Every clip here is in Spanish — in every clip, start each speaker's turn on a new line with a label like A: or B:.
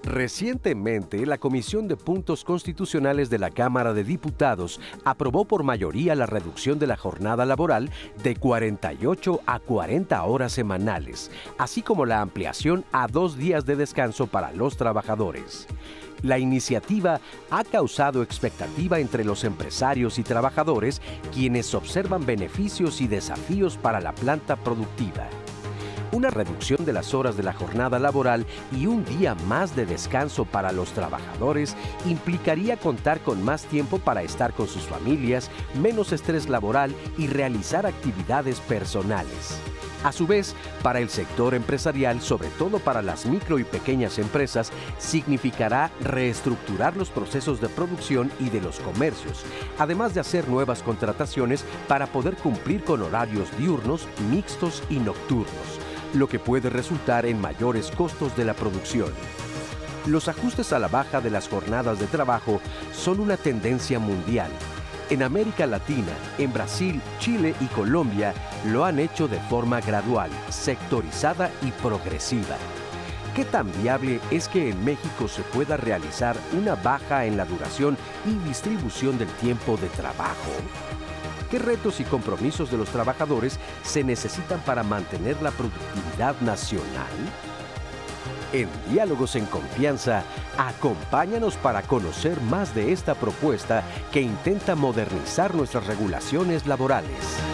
A: Recientemente, la Comisión de Puntos Constitucionales de la Cámara de Diputados aprobó por mayoría la reducción de la jornada laboral de 48 a 40 horas semanales, así como la ampliación a 2 días de descanso para los trabajadores. La iniciativa ha causado expectativa entre los empresarios y trabajadores, quienes observan beneficios y desafíos para la planta productiva. Una reducción de las horas de la jornada laboral y un día más de descanso para los trabajadores implicaría contar con más tiempo para estar con sus familias, menos estrés laboral y realizar actividades personales. A su vez, para el sector empresarial, sobre todo para las micro y pequeñas empresas, significará reestructurar los procesos de producción y de los comercios, además de hacer nuevas contrataciones para poder cumplir con horarios diurnos, mixtos y nocturnos, lo que puede resultar en mayores costos de la producción. Los ajustes a la baja de las jornadas de trabajo son una tendencia mundial. En América Latina, en Brasil, Chile y Colombia lo han hecho de forma gradual, sectorizada y progresiva. ¿Qué tan viable es que en México se pueda realizar una baja en la duración y distribución del tiempo de trabajo? ¿Qué retos y compromisos de los trabajadores se necesitan para mantener la productividad nacional? En Diálogos en Confianza, acompáñanos para conocer más de esta propuesta que intenta modernizar nuestras regulaciones laborales.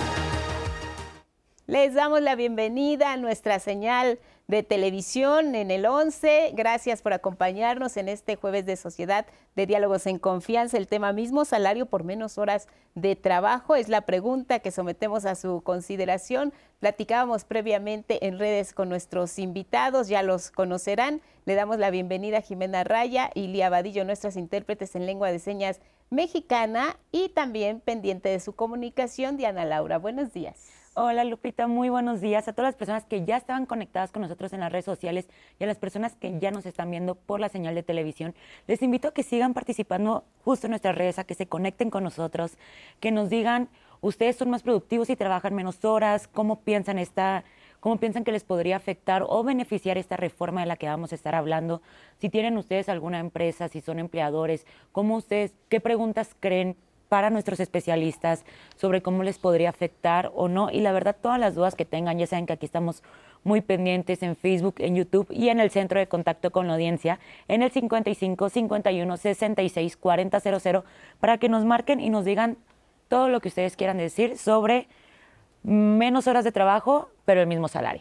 B: Les damos la bienvenida a nuestra señal de televisión en el 11. Gracias por acompañarnos en este jueves de Sociedad de Diálogos en Confianza. El tema mismo, salario por menos horas de trabajo, es la pregunta que sometemos a su consideración. Platicábamos previamente en redes con nuestros invitados, ya los conocerán. Le damos la bienvenida a Jimena Raya y Lía Vadillo, nuestras intérpretes en lengua de señas mexicana, y también pendiente de su comunicación, Diana Laura. Buenos días.
C: Hola Lupita, muy buenos días a todas las personas que ya estaban conectadas con nosotros en las redes sociales y a las personas que ya nos están viendo por la señal de televisión. Les invito a que sigan participando justo en nuestras redes, a que se conecten con nosotros, que nos digan, ustedes son más productivos y trabajan menos horas, cómo piensan que les podría afectar o beneficiar esta reforma de la que vamos a estar hablando. Si tienen ustedes alguna empresa, si son empleadores, qué preguntas creen para nuestros especialistas sobre cómo les podría afectar o no. Y la verdad, todas las dudas que tengan, ya saben que aquí estamos muy pendientes en Facebook, en YouTube y en el Centro de Contacto con la Audiencia, en el 55 51 66 40 00, para que nos marquen y nos digan todo lo que ustedes quieran decir sobre menos horas de trabajo, pero el mismo salario.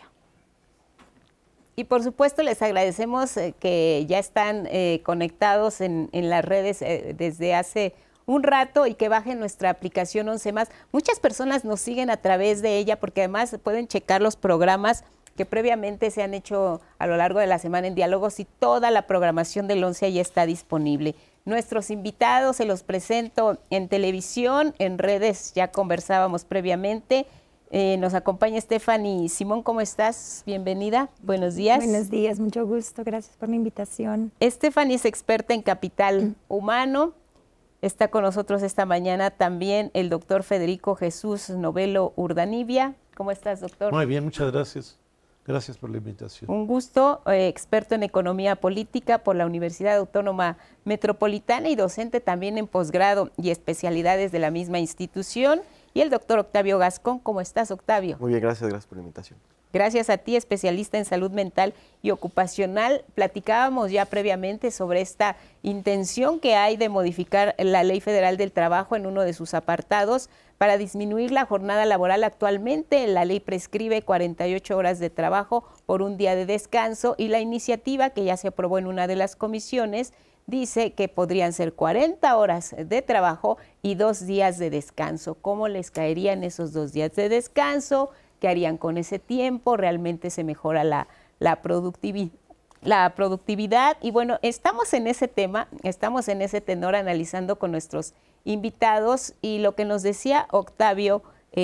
B: Y por supuesto les agradecemos que ya están conectados en las redes desde hace un rato y que bajen nuestra aplicación 11+. Muchas personas nos siguen a través de ella porque además pueden checar los programas que previamente se han hecho a lo largo de la semana en Diálogos, y toda la programación del 11 ya está disponible. Nuestros invitados se los presento en televisión, en redes ya conversábamos previamente. Nos acompaña Stephanie Simón. ¿Cómo estás? Bienvenida. Buenos días.
D: Buenos días, mucho gusto. Gracias por la invitación.
B: Stephanie es experta en capital humano. Está con nosotros esta mañana también el doctor Federico Jesús Novelo Urdanibia. ¿Cómo estás, doctor?
E: Muy bien, muchas gracias. Gracias por la invitación.
B: Un gusto, experto en economía política por la Universidad Autónoma Metropolitana y docente también en posgrado y especialidades de la misma institución. Y el doctor Octavio Gascón. ¿Cómo estás, Octavio?
F: Muy bien, gracias por la invitación.
B: Gracias a ti, especialista en salud mental y ocupacional. Platicábamos ya previamente sobre esta intención que hay de modificar la Ley Federal del Trabajo en uno de sus apartados para disminuir la jornada laboral. Actualmente la ley prescribe 48 horas de trabajo por un día de descanso, y la iniciativa, que ya se aprobó en una de las comisiones, dice que podrían ser 40 horas de trabajo y 2 días de descanso. ¿Cómo les caerían esos 2 días de descanso? ¿Qué harían con ese tiempo? ¿Realmente se mejora la productividad? Y bueno, estamos en ese tema, estamos en ese tenor analizando con nuestros invitados, y lo que nos decía Octavio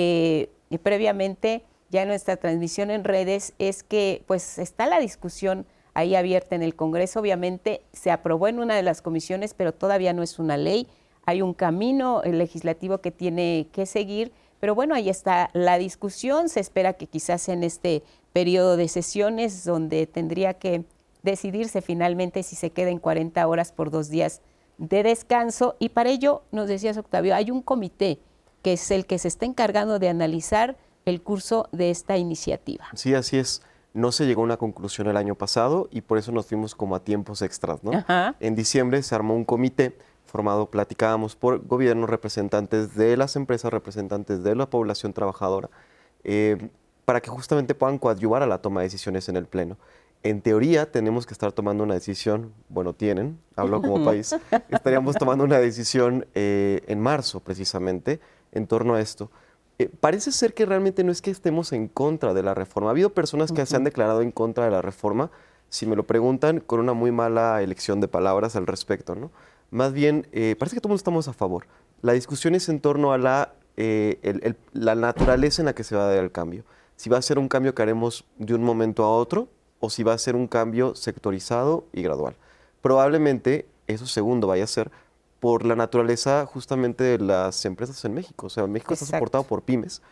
B: previamente ya en nuestra transmisión en redes es que pues está la discusión ahí abierta en el Congreso. Obviamente se aprobó en una de las comisiones, pero todavía no es una ley. Hay un camino legislativo que tiene que seguir. Pero bueno, ahí está la discusión. Se espera que quizás en este periodo de sesiones, donde tendría que decidirse finalmente si se queda en 40 horas por 2 días de descanso. Y para ello, nos decías, Octavio, hay un comité que es el que se está encargando de analizar el curso de esta iniciativa.
F: Sí, así es. No se llegó a una conclusión el año pasado y por eso nos fuimos como a tiempos extras, ¿no?
B: Ajá.
F: En diciembre se armó un comité formado, platicábamos, por gobiernos, representantes de las empresas, representantes de la población trabajadora, para que justamente puedan coadyuvar a la toma de decisiones en el Pleno. En teoría tenemos que estar tomando una decisión, bueno, hablo como país, estaríamos tomando una decisión en marzo precisamente en torno a esto. Parece ser que realmente no es que estemos en contra de la reforma. Ha habido personas que se han declarado en contra de la reforma, si me lo preguntan, con una muy mala elección de palabras al respecto, ¿no? Más bien, parece que todos estamos a favor. La discusión es en torno a la naturaleza en la que se va a dar el cambio. Si va a ser un cambio que haremos de un momento a otro o si va a ser un cambio sectorizado y gradual. Probablemente eso segundo vaya a ser por la naturaleza justamente de las empresas en México. O sea, México está soportado por pymes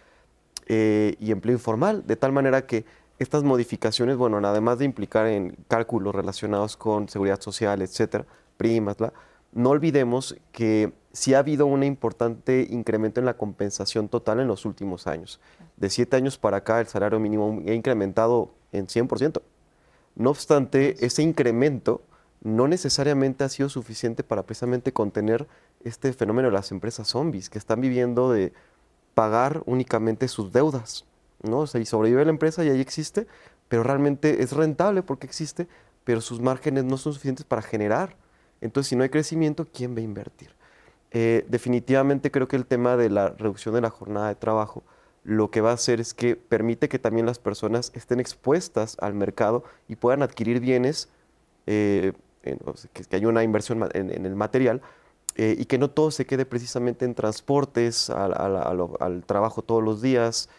F: y empleo informal, de tal manera que estas modificaciones, bueno, además de implicar en cálculos relacionados con seguridad social, etcétera, primas, no olvidemos que sí ha habido un importante incremento en la compensación total en los últimos años. De 7 años para acá, el salario mínimo ha incrementado en 100%. No obstante, ese incremento no necesariamente ha sido suficiente para precisamente contener este fenómeno de las empresas zombies, que están viviendo de pagar únicamente sus deudas, ¿no? O sea, y sobrevive la empresa y ahí existe, pero realmente es rentable porque existe, pero sus márgenes no son suficientes para generar. Entonces, si no hay crecimiento, ¿quién va a invertir? Definitivamente creo que el tema de la reducción de la jornada de trabajo lo que va a hacer es que permite que también las personas estén expuestas al mercado y puedan adquirir bienes, que haya una inversión en el material y que no todo se quede precisamente en transportes, al trabajo todos los días,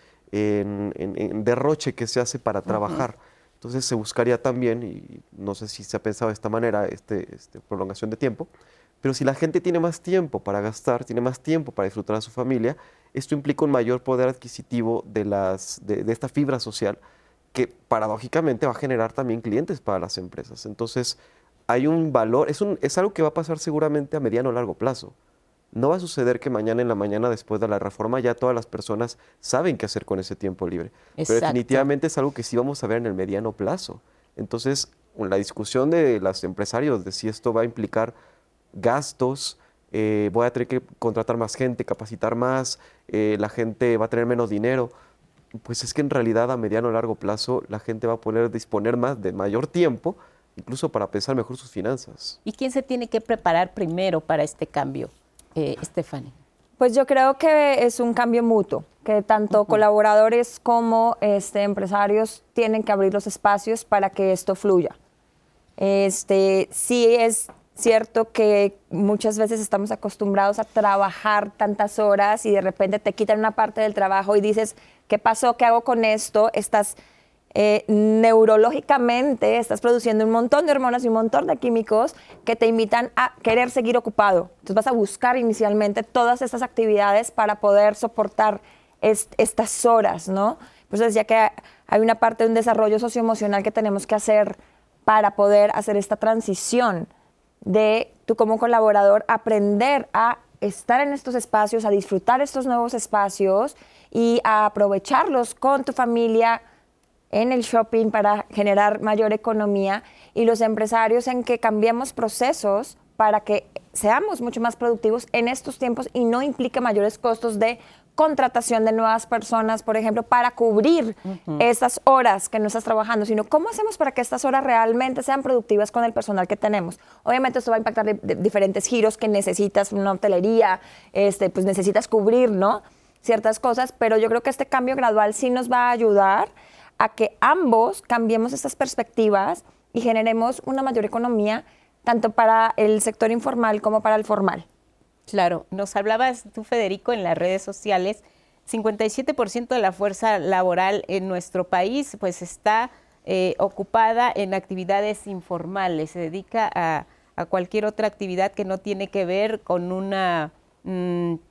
F: en derroche que se hace para trabajar. Entonces se buscaría también, y no sé si se ha pensado de esta manera, prolongación de tiempo, pero si la gente tiene más tiempo para gastar, tiene más tiempo para disfrutar a su familia, esto implica un mayor poder adquisitivo de esta fibra social que paradójicamente va a generar también clientes para las empresas. Entonces hay un valor, es algo que va a pasar seguramente a mediano o largo plazo. No va a suceder que mañana en la mañana, después de la reforma, ya todas las personas saben qué hacer con ese tiempo libre.
B: Exacto.
F: Pero definitivamente es algo que sí vamos a ver en el mediano plazo. Entonces, la discusión de los empresarios de si esto va a implicar gastos, voy a tener que contratar más gente, capacitar más, la gente va a tener menos dinero, pues es que en realidad a mediano o largo plazo la gente va a poder disponer de mayor tiempo, incluso para pensar mejor sus finanzas.
B: ¿Y quién se tiene que preparar primero para este cambio, Stephanie?
D: Pues yo creo que es un cambio mutuo, que tanto colaboradores como empresarios tienen que abrir los espacios para que esto fluya. Sí es cierto que muchas veces estamos acostumbrados a trabajar tantas horas y de repente te quitan una parte del trabajo y dices, ¿qué pasó? ¿Qué hago con esto? Estás neurológicamente, estás produciendo un montón de hormonas y un montón de químicos que te invitan a querer seguir ocupado. Entonces vas a buscar inicialmente todas estas actividades para poder soportar estas horas, ¿no? Por eso decía que hay una parte de un desarrollo socioemocional que tenemos que hacer para poder hacer esta transición de tú como colaborador aprender a estar en estos espacios, a disfrutar estos nuevos espacios y a aprovecharlos con tu familia en el shopping para generar mayor economía, y los empresarios en que cambiemos procesos para que seamos mucho más productivos en estos tiempos y no implique mayores costos de contratación de nuevas personas, por ejemplo, para cubrir esas horas que no estás trabajando, sino cómo hacemos para que estas horas realmente sean productivas con el personal que tenemos. Obviamente esto va a impactar de diferentes giros que necesitas, una hotelería, pues necesitas cubrir, ¿no? Ciertas cosas, pero yo creo que este cambio gradual sí nos va a ayudar a que ambos cambiemos estas perspectivas y generemos una mayor economía, tanto para el sector informal como para el formal.
B: Claro, nos hablabas tú, Federico, en las redes sociales, 57% de la fuerza laboral en nuestro país pues está ocupada en actividades informales, se dedica a cualquier otra actividad que no tiene que ver con una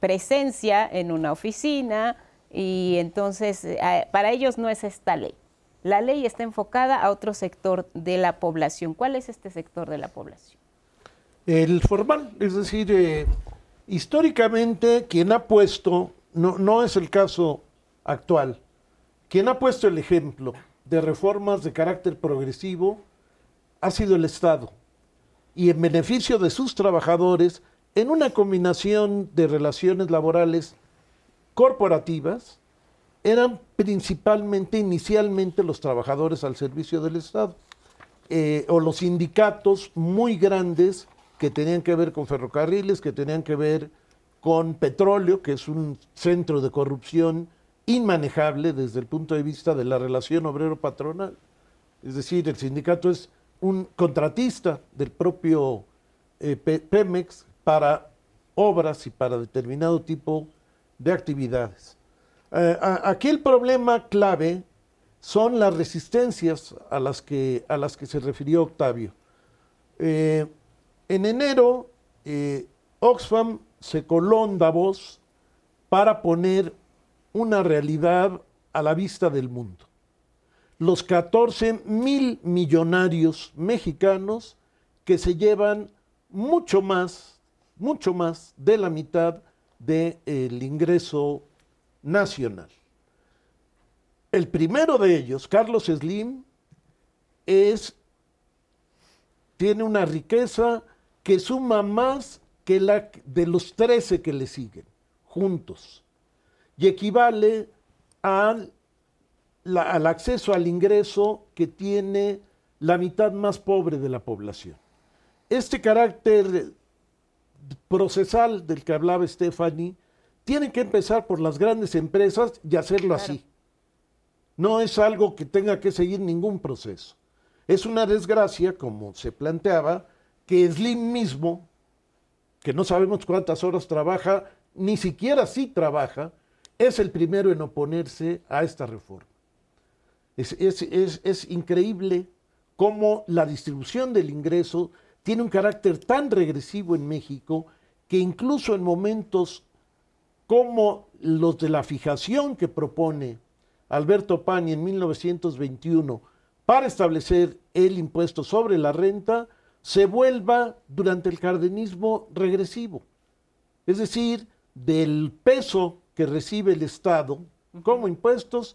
B: presencia en una oficina, y entonces para ellos no es esta ley. la ley está enfocada a otro sector de la población. ¿Cuál es este sector de la población?
E: El formal, es decir, históricamente quien ha puesto, no es el caso actual, quien ha puesto el ejemplo de reformas de carácter progresivo ha sido el Estado, y en beneficio de sus trabajadores, en una combinación de relaciones laborales corporativas, eran principalmente, inicialmente, los trabajadores al servicio del Estado, o los sindicatos muy grandes que tenían que ver con ferrocarriles, que tenían que ver con petróleo, que es un centro de corrupción inmanejable desde el punto de vista de la relación obrero-patronal. Es decir, el sindicato es un contratista del propio Pemex para obras y para determinado tipo de actividades. Aquí el problema clave son las resistencias a las que se refirió Octavio. En enero, Oxfam se coló en Davos para poner una realidad a la vista del mundo. Los 14,000 millonarios mexicanos que se llevan mucho más de la mitad del ingreso nacional. El primero de ellos, Carlos Slim, tiene una riqueza que suma más que la de los 13 que le siguen, juntos, y equivale al acceso al ingreso que tiene la mitad más pobre de la población. Este carácter procesal del que hablaba Stephanie tiene que empezar por las grandes empresas y hacerlo así. No es algo que tenga que seguir ningún proceso. Es una desgracia, como se planteaba, que Slim mismo, que no sabemos cuántas horas trabaja, ni siquiera si trabaja, es el primero en oponerse a esta reforma. Es increíble cómo la distribución del ingreso tiene un carácter tan regresivo en México que incluso en momentos como los de la fijación que propone Alberto Pani en 1921 para establecer el impuesto sobre la renta, se vuelva durante el cardenismo regresivo. Es decir, del peso que recibe el Estado como impuestos,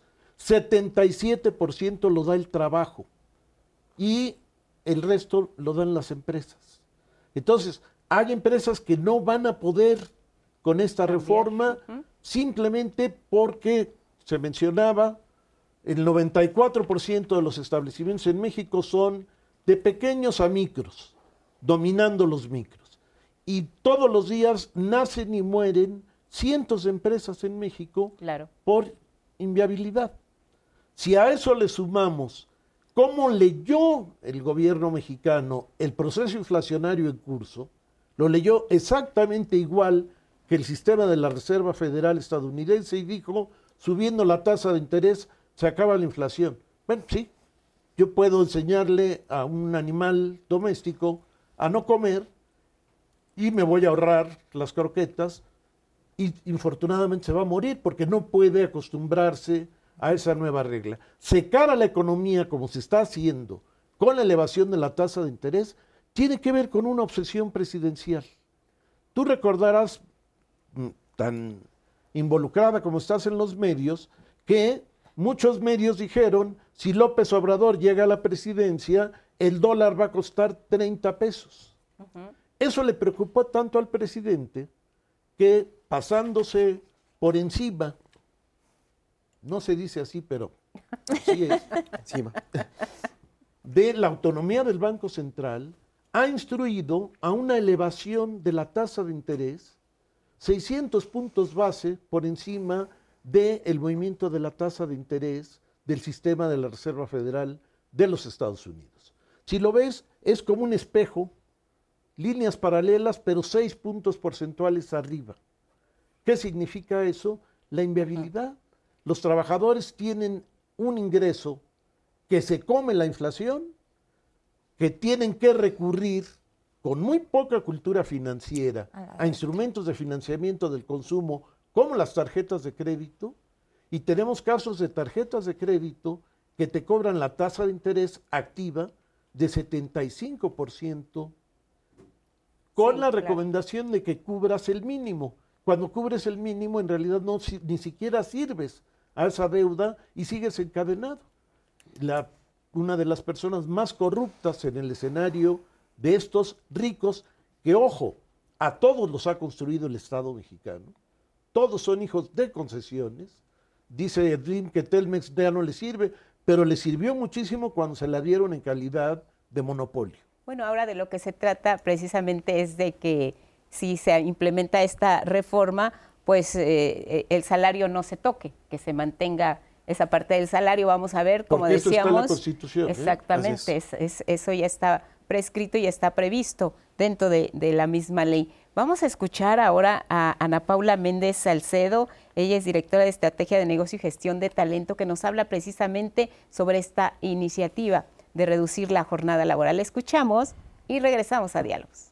E: 77% lo da el trabajo y el resto lo dan las empresas. Entonces, hay empresas que no van a poder con esta reforma simplemente porque, se mencionaba, el 94% de los establecimientos en México son de pequeños a micros, dominando los micros. Y todos los días nacen y mueren cientos de empresas en México por inviabilidad. Si a eso le sumamos cómo leyó el gobierno mexicano el proceso inflacionario en curso, lo leyó exactamente igual que el sistema de la Reserva Federal estadounidense y dijo, subiendo la tasa de interés, se acaba la inflación. Bueno, sí, yo puedo enseñarle a un animal doméstico a no comer y me voy a ahorrar las croquetas y infortunadamente se va a morir porque no puede acostumbrarse a esa nueva regla. Secar a la economía como se está haciendo con la elevación de la tasa de interés tiene que ver con una obsesión presidencial. Tú recordarás, tan involucrada como estás en los medios, que muchos medios dijeron, si López Obrador llega a la presidencia, el dólar va a costar 30 pesos. Eso le preocupó tanto al presidente que, pasándose por encima, no se dice así, pero así es, encima, de la autonomía del Banco Central, ha instruido a una elevación de la tasa de interés 600 puntos base por encima del movimiento de la tasa de interés del sistema de la Reserva Federal de los Estados Unidos. Si lo ves, es como un espejo, líneas paralelas, pero 6 puntos porcentuales arriba. ¿Qué significa eso? La inviabilidad. Los trabajadores tienen un ingreso que se come la inflación, que tienen que recurrir con muy poca cultura financiera a instrumentos de financiamiento del consumo como las tarjetas de crédito, y tenemos casos de tarjetas de crédito que te cobran la tasa de interés activa de 75%, con la recomendación de que cubras el mínimo. Cuando cubres el mínimo, en realidad ni siquiera sirves a esa deuda y sigues encadenado. Una de las personas más corruptas en el escenario de estos ricos, que ojo, a todos los ha construido el Estado mexicano, todos son hijos de concesiones. Dice Slim que Telmex ya no le sirve, pero le sirvió muchísimo cuando se la dieron en calidad de monopolio.
B: Bueno, ahora de lo que se trata precisamente es de que si se implementa esta reforma, pues el salario no se toque, que se mantenga esa parte del salario. Vamos a ver, como
E: porque
B: decíamos.
E: Eso está en la Constitución.
B: Exactamente, eso ya está prescrito y está previsto dentro de la misma ley. Vamos a escuchar ahora a Ana Paula Méndez Salcedo. Ella es directora de Estrategia de Negocio y Gestión de Talento, que nos habla precisamente sobre esta iniciativa de reducir la jornada laboral. Escuchamos y regresamos a Diálogos.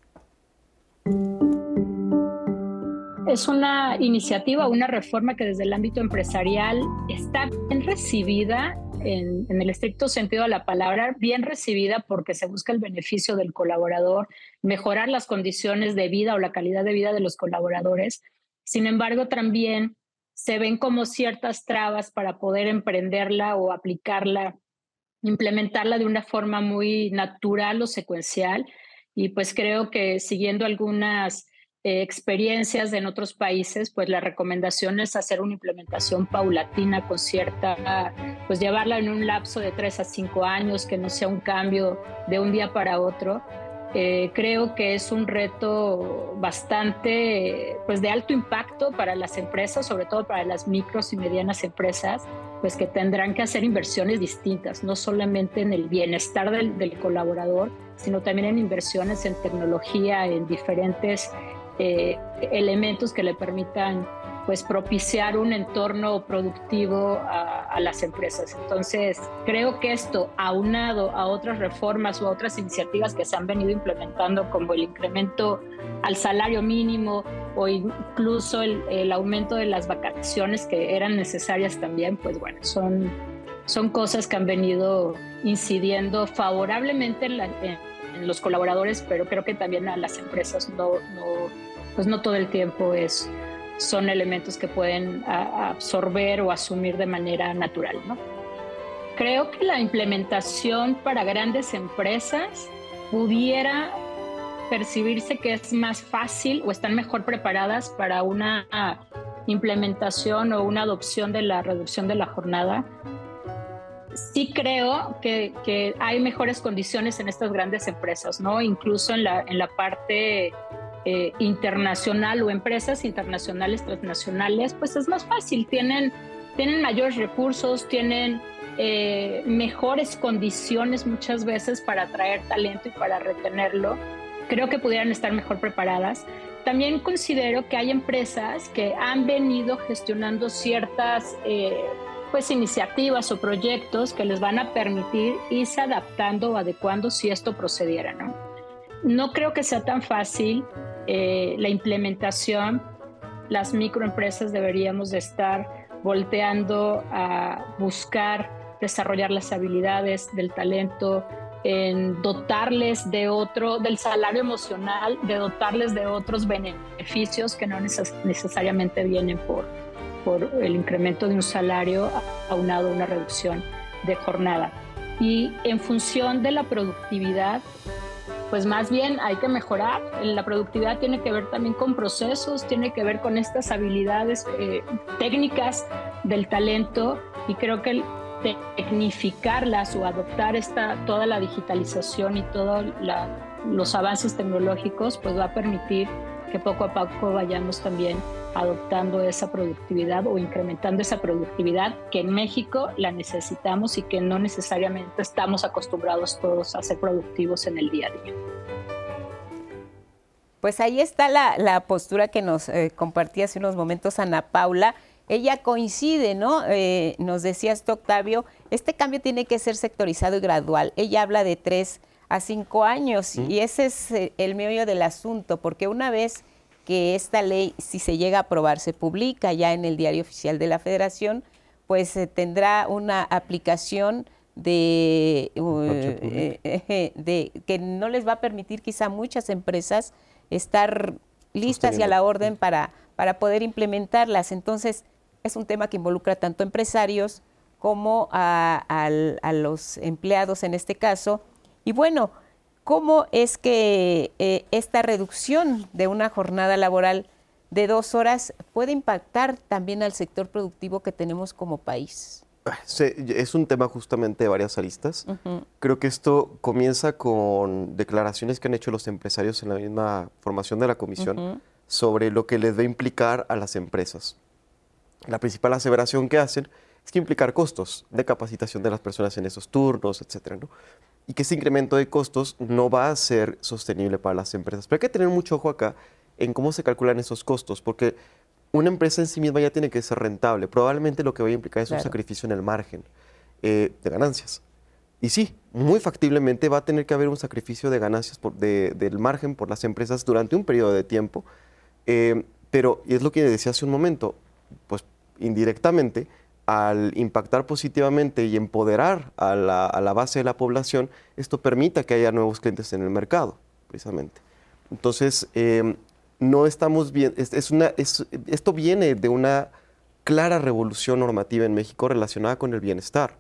G: Es una iniciativa, una reforma que desde el ámbito empresarial está bien recibida, en el estricto sentido de la palabra, bien recibida porque se busca el beneficio del colaborador, mejorar las condiciones de vida o la calidad de vida de los colaboradores. Sin embargo, también se ven como ciertas trabas para poder emprenderla o aplicarla, implementarla de una forma muy natural o secuencial. Y pues creo que siguiendo algunas experiencias en otros países, pues la recomendación es hacer una implementación paulatina con cierta, pues llevarla en un lapso de 3 a 5 años, que no sea un cambio de un día para otro. Creo que es un reto bastante, pues de alto impacto para las empresas, sobre todo para las micros y medianas empresas, pues que tendrán que hacer inversiones distintas, no solamente en el bienestar del colaborador, sino también en inversiones en tecnología, en diferentes elementos que le permitan pues propiciar un entorno productivo a las empresas. Entonces, creo que esto, aunado a otras reformas o a otras iniciativas que se han venido implementando, como el incremento al salario mínimo o incluso el aumento de las vacaciones que eran necesarias también, pues bueno, son cosas que han venido incidiendo favorablemente en los colaboradores, pero creo que también a las empresas pues no todo el tiempo son elementos que pueden absorber o asumir de manera natural, ¿no? Creo que la implementación para grandes empresas pudiera percibirse que es más fácil o están mejor preparadas para una implementación o una adopción de la reducción de la jornada. Sí creo que hay mejores condiciones en estas grandes empresas, ¿no? Incluso en la parte internacional o empresas internacionales, transnacionales, pues es más fácil, tienen mayores recursos, tienen mejores condiciones muchas veces para atraer talento y para retenerlo. Creo que pudieran estar mejor preparadas. También considero que hay empresas que han venido gestionando ciertas pues iniciativas o proyectos que les van a permitir irse adaptando o adecuando si esto procediera, ¿no? No creo que sea tan fácil la implementación. Las microempresas deberíamos de estar volteando a buscar desarrollar las habilidades del talento, en dotarles del salario emocional, de dotarles de otros beneficios que no necesariamente vienen por el incremento de un salario aunado a una reducción de jornada. Y en función de la productividad, pues más bien hay que mejorar. La productividad tiene que ver también con procesos, tiene que ver con estas habilidades técnicas del talento, y creo que el tecnificarlas o adoptar toda la digitalización y todos los avances tecnológicos, pues va a permitir que poco a poco vayamos también adoptando esa productividad o incrementando esa productividad que en México la necesitamos y que no necesariamente estamos acostumbrados todos a ser productivos en el día a día.
B: Pues ahí está la postura que nos compartía hace unos momentos Ana Paula. Ella coincide, ¿no? Nos decía Octavio, este cambio tiene que ser sectorizado y gradual. Ella habla de 3 a 5 años y ese es el meollo del asunto, porque una vez que esta ley, si se llega a aprobar, se publica ya en el Diario Oficial de la Federación, pues tendrá una aplicación de que no les va a permitir quizá a muchas empresas estar listas y a la orden para poder implementarlas. Entonces, es un tema que involucra tanto a empresarios como a los empleados en este caso. Y bueno, ¿cómo es que esta reducción de una jornada laboral de 2 horas puede impactar también al sector productivo que tenemos como país?
F: Sí, es un tema justamente de varias aristas. Creo que esto comienza con declaraciones que han hecho los empresarios en la misma formación de la comisión sobre lo que les va a implicar a las empresas. La principal aseveración que hacen es que implicar costos de capacitación de las personas en esos turnos, etcétera, ¿no? Y que ese incremento de costos no va a ser sostenible para las empresas. Pero hay que tener mucho ojo acá en cómo se calculan esos costos, porque una empresa en sí misma ya tiene que ser rentable. Probablemente lo que va a implicar es un sacrificio en el margen de ganancias. Y sí, muy factiblemente va a tener que haber un sacrificio de ganancias del margen por las empresas durante un periodo de tiempo. Pero, y es lo que decía hace un momento, pues indirectamente, al impactar positivamente y empoderar a la base de la población, esto permita que haya nuevos clientes en el mercado, precisamente. Entonces, no estamos bien, esto viene de una clara revolución normativa en México relacionada con el bienestar.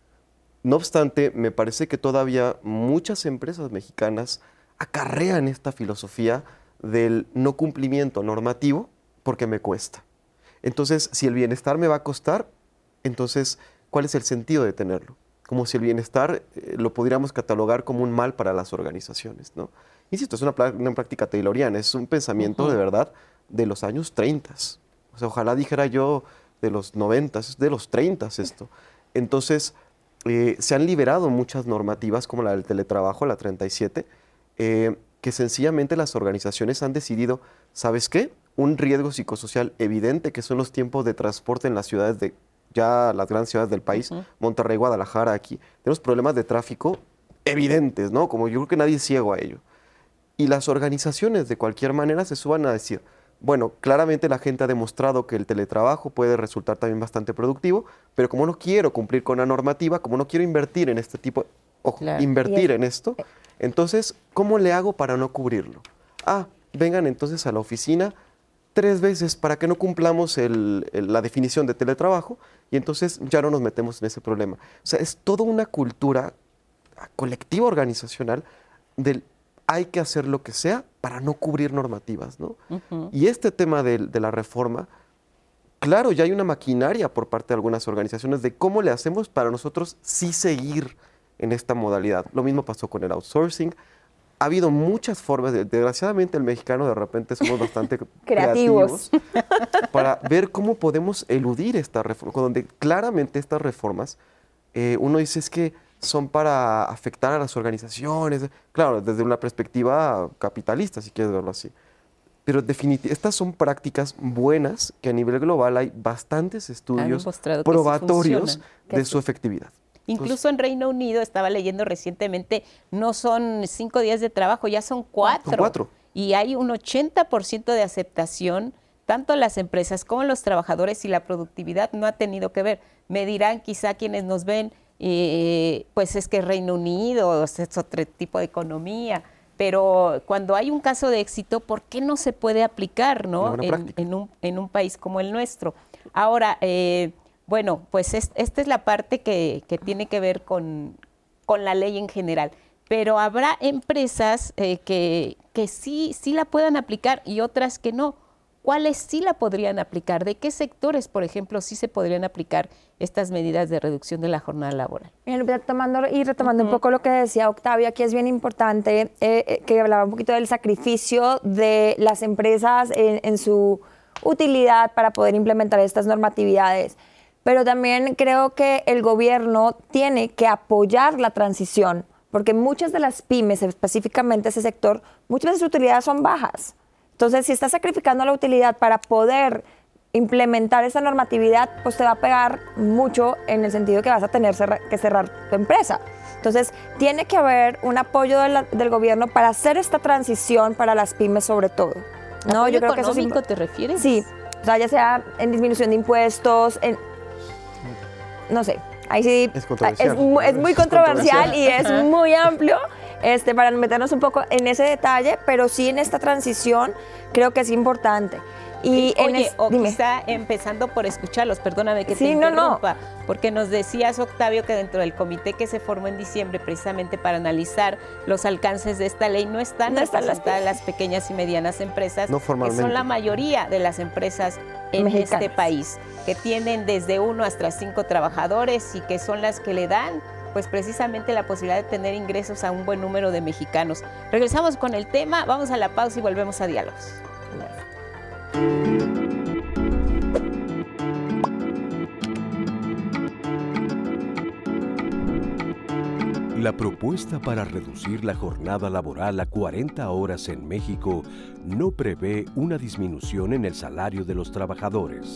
F: No obstante, me parece que todavía muchas empresas mexicanas acarrean esta filosofía del no cumplimiento normativo porque me cuesta. Entonces, si el bienestar me va a costar, entonces, ¿cuál es el sentido de tenerlo? Como si el bienestar lo pudiéramos catalogar como un mal para las organizaciones, ¿no? Insisto, es una práctica tayloriana, es un pensamiento de verdad de los años 30. O sea, ojalá dijera yo de los 90, es de los 30 esto. Entonces, se han liberado muchas normativas como la del teletrabajo, la 37, que sencillamente las organizaciones han decidido, ¿sabes qué? Un riesgo psicosocial evidente, que son los tiempos de transporte en las ciudades ya las grandes ciudades del país, Monterrey, Guadalajara, aquí. Tenemos problemas de tráfico evidentes, ¿no? Como yo creo que nadie es ciego a ello. Y las organizaciones de cualquier manera se suban a decir, bueno, claramente la gente ha demostrado que el teletrabajo puede resultar también bastante productivo, pero como no quiero cumplir con la normativa, como no quiero invertir en este tipo, invertir en esto, entonces, ¿cómo le hago para no cubrirlo? Vengan entonces a la oficina 3 veces para que no cumplamos la definición de teletrabajo y entonces ya no nos metemos en ese problema. O sea, es toda una cultura colectiva organizacional del hay que hacer lo que sea para no cubrir normativas, ¿no? Y este tema de la reforma, claro, ya hay una maquinaria por parte de algunas organizaciones de cómo le hacemos para nosotros sí seguir en esta modalidad. Lo mismo pasó con el outsourcing. Ha habido muchas formas, desgraciadamente el mexicano de repente somos bastante creativos para ver cómo podemos eludir esta reforma, donde claramente estas reformas, uno dice es que son para afectar a las organizaciones, claro, desde una perspectiva capitalista, si quieres verlo así. Pero definitivamente, estas son prácticas buenas que a nivel global hay bastantes estudios probatorios de su efectividad.
B: Incluso en Reino Unido, estaba leyendo recientemente, no son 5 días de trabajo, ya son 4.
F: Son 4.
B: Y hay un 80% de aceptación, tanto las empresas como los trabajadores, y la productividad no ha tenido que ver. Me dirán quizá quienes nos ven, pues es que Reino Unido es otro tipo de economía, pero cuando hay un caso de éxito, ¿por qué no se puede aplicar, ¿no? en un país como el nuestro? Ahora, bueno, pues esta es la parte que tiene que ver con la ley en general, pero habrá empresas que sí la puedan aplicar y otras que no. ¿Cuáles sí la podrían aplicar? ¿De qué sectores, por ejemplo, sí se podrían aplicar estas medidas de reducción de la jornada laboral?
D: Retomando un poco lo que decía Octavio, aquí es bien importante que hablaba un poquito del sacrificio de las empresas en su utilidad para poder implementar estas normatividades. Pero también creo que el gobierno tiene que apoyar la transición, porque muchas de las pymes, específicamente ese sector, muchas veces sus utilidades son bajas. Entonces, si estás sacrificando la utilidad para poder implementar esa normatividad, pues te va a pegar mucho en el sentido que vas a tener que cerrar tu empresa. Entonces, tiene que haber un apoyo del gobierno para hacer esta transición para las pymes sobre todo. ¿No?
B: Yo creo que eso ¿te refieres?
D: Sí, o sea, ya sea en disminución de impuestos, no sé, ahí sí
F: Es controversial.
D: es muy controversial y es muy amplio para meternos un poco en ese detalle, pero sí en esta transición creo que es importante. Y
B: Oye,
D: dime.
B: quizá empezando por escucharlos, perdóname que te
D: Sí, no.
B: interrumpa, porque nos decías, Octavio, que dentro del comité que se formó en diciembre precisamente para analizar los alcances de esta ley, no están representadas las pequeñas y medianas empresas,
F: No
B: que
F: formalmente.
B: son la mayoría de las empresas en
D: Mexicanas.
B: este país, que tienen desde 1 hasta 5 trabajadores y que son las que le dan pues precisamente la posibilidad de tener ingresos a un buen número de mexicanos. Regresamos con el tema, vamos a la pausa y volvemos a Diálogos.
A: La propuesta para reducir la jornada laboral a 40 horas en México no prevé una disminución en el salario de los trabajadores.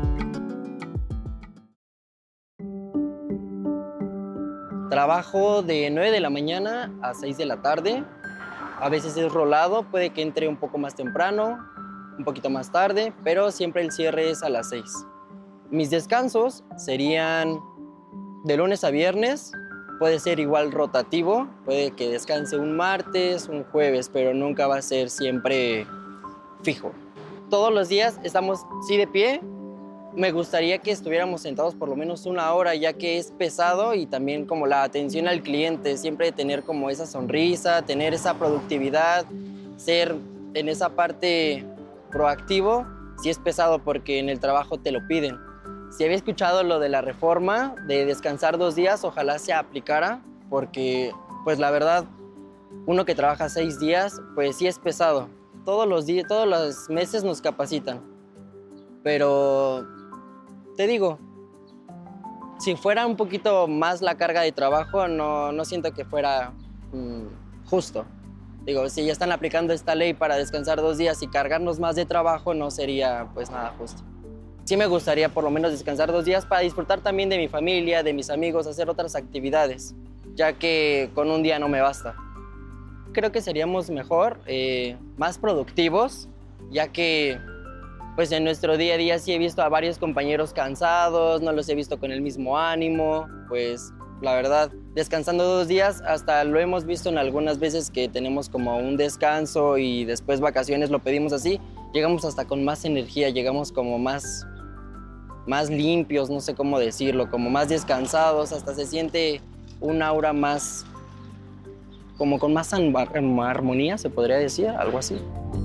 H: Trabajo de 9 de la mañana a 6 de la tarde. A veces es rolado, puede que entre un poco más temprano, un poquito más tarde, pero siempre el cierre es a las 6. Mis descansos serían de lunes a viernes, puede ser igual rotativo, puede que descanse un martes, un jueves, pero nunca va a ser siempre fijo. Todos los días estamos sí de pie. Me gustaría que estuviéramos sentados por lo menos 1 hora, ya que es pesado, y también como la atención al cliente, siempre tener como esa sonrisa, tener esa productividad, ser en esa parte proactivo, sí es pesado porque en el trabajo te lo piden. Si había escuchado lo de la reforma de descansar 2 días, ojalá se aplicara, porque pues la verdad, uno que trabaja 6 días, pues sí es pesado. Todos los meses nos capacitan, pero te digo, si fuera un poquito más la carga de trabajo, no siento que fuera justo. Digo, si ya están aplicando esta ley para descansar 2 días y cargarnos más de trabajo, no sería pues nada justo. Sí me gustaría por lo menos descansar 2 días para disfrutar también de mi familia, de mis amigos, hacer otras actividades, ya que con un día no me basta. Creo que seríamos mejor, más productivos, ya que pues en nuestro día a día sí he visto a varios compañeros cansados, no los he visto con el mismo ánimo, pues la verdad, descansando 2 días, hasta lo hemos visto en algunas veces que tenemos como un descanso y después vacaciones, lo pedimos así, llegamos hasta con más energía, llegamos como más limpios, no sé cómo decirlo, como más descansados, hasta se siente un aura más, como con más armonía, se podría decir, algo así.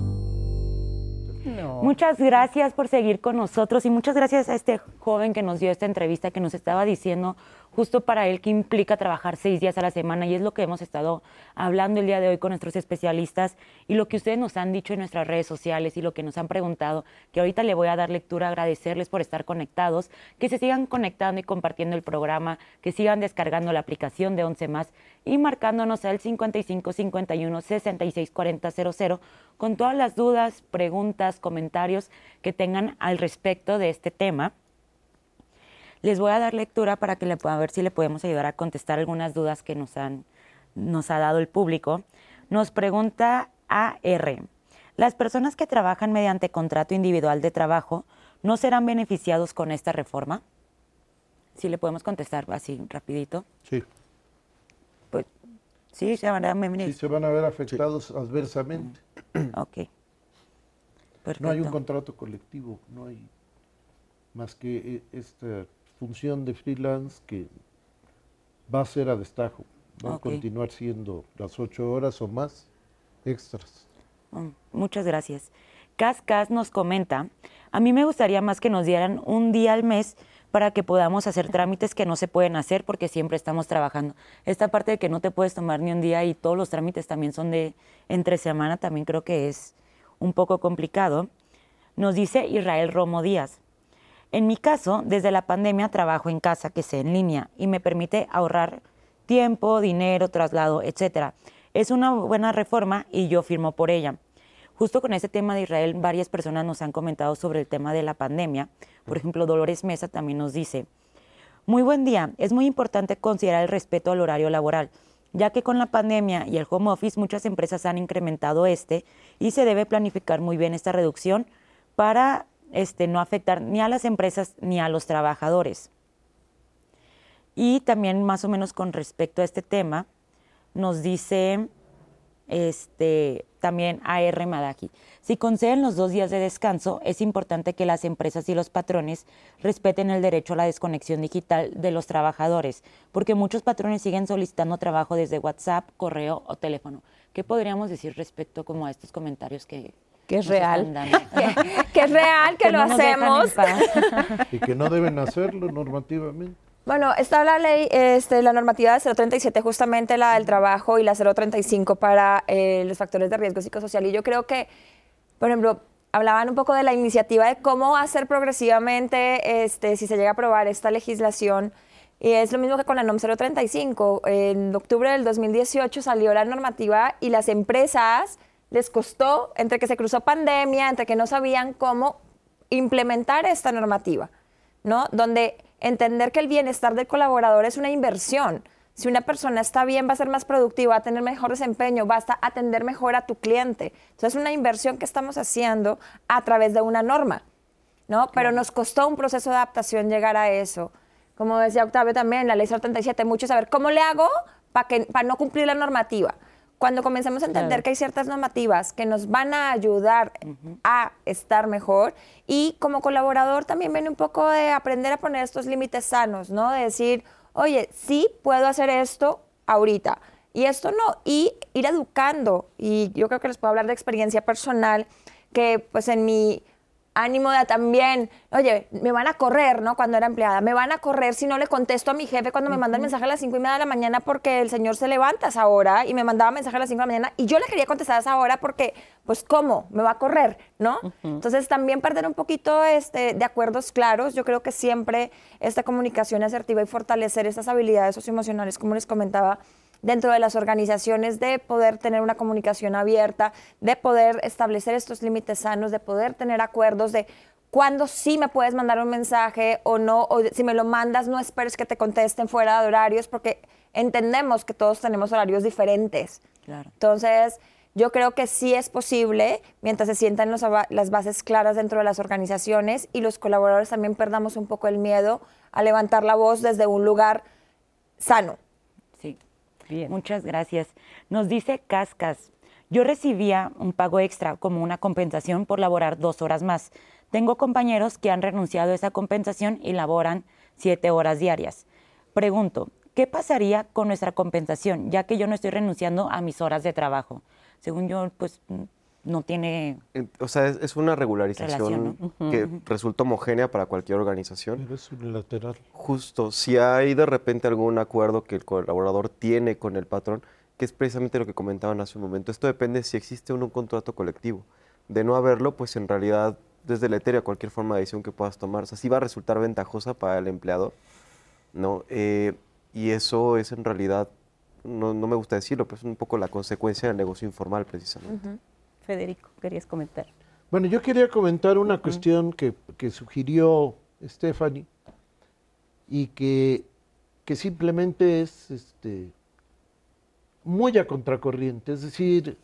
B: No.
C: Muchas gracias por seguir con nosotros y muchas gracias a este joven que nos dio esta entrevista, que nos estaba diciendo justo para él qué implica trabajar 6 días a la semana, y es lo que hemos estado hablando el día de hoy con nuestros especialistas y lo que ustedes nos han dicho en nuestras redes sociales y lo que nos han preguntado, que ahorita le voy a dar lectura, agradecerles por estar conectados, que se sigan conectando y compartiendo el programa, que sigan descargando la aplicación de 11 Más y marcándonos al 55 51 66 40 00 con todas las dudas, preguntas, comentarios que tengan al respecto de este tema. Les voy a dar lectura para que a ver si le podemos ayudar a contestar algunas dudas que nos ha dado el público. Nos pregunta AR: ¿las personas que trabajan mediante contrato individual de trabajo no serán beneficiados con esta reforma? Si le podemos contestar así rapidito.
E: Sí.
C: Pues sí, se van a
E: Sí, se van a ver afectados adversamente.
C: Ok. Perfecto.
E: No hay un contrato colectivo, no hay más que esta función de freelance que va a ser a destajo, va a continuar siendo las 8 horas o más extras.
C: Muchas gracias. Cas nos comenta: a mí me gustaría más que nos dieran un día al mes para que podamos hacer trámites que no se pueden hacer porque siempre estamos trabajando. Esta parte de que no te puedes tomar ni un día y todos los trámites también son de entre semana, también creo que es un poco complicado. Nos dice Israel Romo Díaz: en mi caso, desde la pandemia trabajo en casa, que sea en línea, y me permite ahorrar tiempo, dinero, traslado, etcétera. Es una buena reforma y yo firmo por ella. Justo con ese tema de Israel, varias personas nos han comentado sobre el tema de la pandemia. Por ejemplo, Dolores Mesa también nos dice: muy buen día, es muy importante considerar el respeto al horario laboral, ya que con la pandemia y el home office muchas empresas han incrementado y se debe planificar muy bien esta reducción para no afectar ni a las empresas ni a los trabajadores. Y también más o menos con respecto a este tema, nos dice también AR Madaki. Si conceden los 2 días de descanso, es importante que las empresas y los patrones respeten el derecho a la desconexión digital de los trabajadores, porque muchos patrones siguen solicitando trabajo desde WhatsApp, correo o teléfono. ¿Qué podríamos decir respecto como a estos comentarios que
B: es real?
D: Que es real, que lo
C: no nos dejan en
D: hacemos.
C: paz?
E: Y que no deben hacerlo normativamente.
D: Bueno, está la ley, la normativa de 037, justamente la del trabajo, y la 035 para los factores de riesgo psicosocial. Y yo creo que, por ejemplo, hablaban un poco de la iniciativa de cómo hacer progresivamente, si se llega a aprobar esta legislación. Y es lo mismo que con la NOM 035. En octubre del 2018 salió la normativa y las empresas les costó, entre que se cruzó pandemia, entre que no sabían cómo implementar esta normativa, ¿no? Donde entender que el bienestar del colaborador es una inversión. Si una persona está bien, va a ser más productiva, va a tener mejor desempeño, va a atender mejor a tu cliente. Entonces, es una inversión que estamos haciendo a través de una norma, ¿no? Pero nos costó un proceso de adaptación llegar a eso. Como decía Octavio también, la ley 037, mucho saber cómo le hago para no cumplir la normativa. Cuando comencemos a entender que hay ciertas normativas que nos van a ayudar a estar mejor, y como colaborador también viene un poco de aprender a poner estos límites sanos, ¿no? De decir, oye, sí puedo hacer esto ahorita y esto no, y ir educando. Y yo creo que les puedo hablar de experiencia personal, que pues en mi ánimo de también, oye, me van a correr, ¿no? Cuando era empleada, me van a correr si no le contesto a mi jefe cuando me manda el mensaje a las 5:30 de la mañana porque el señor se levanta a esa hora y me mandaba mensaje a las 5 de la mañana y yo le quería contestar a esa hora porque, pues, ¿cómo? Me va a correr, ¿no? Entonces, también perder un poquito de acuerdos claros. Yo creo que siempre esta comunicación asertiva y fortalecer estas habilidades socioemocionales, como les comentaba, dentro de las organizaciones, de poder tener una comunicación abierta, de poder establecer estos límites sanos, de poder tener acuerdos de cuándo sí me puedes mandar un mensaje o no, o si me lo mandas no esperes que te contesten fuera de horarios, porque entendemos que todos tenemos horarios diferentes.
C: Claro.
D: Entonces, yo creo que sí es posible, mientras se sientan las bases claras dentro de las organizaciones y los colaboradores también perdamos un poco el miedo a levantar la voz desde un lugar sano.
C: Sí. Bien. Muchas gracias. Nos dice Cascas, yo recibía un pago extra como una compensación por laborar 2 horas más. Tengo compañeros que han renunciado a esa compensación y laboran 7 horas diarias. Pregunto, ¿qué pasaría con nuestra compensación, ya que yo no estoy renunciando a mis horas de trabajo? Según yo, pues no tiene...
F: O sea, es una regularización
C: relación, ¿no?
F: que resulta homogénea para cualquier organización.
E: Pero es unilateral.
F: Justo, si hay de repente algún acuerdo que el colaborador tiene con el patrón, que es precisamente lo que comentaban hace un momento, esto depende si existe o no un contrato colectivo. De no haberlo, pues en realidad, desde deleteria cualquier forma de decisión que puedas tomar. O sea, sí va a resultar ventajosa para el empleador, ¿no? Y eso es en realidad, no me gusta decirlo, pero es un poco la consecuencia del negocio informal, precisamente.
B: Federico, querías comentar.
E: Bueno, yo quería comentar una cuestión que sugirió Stephanie y que simplemente es muy a contracorriente. Es decir,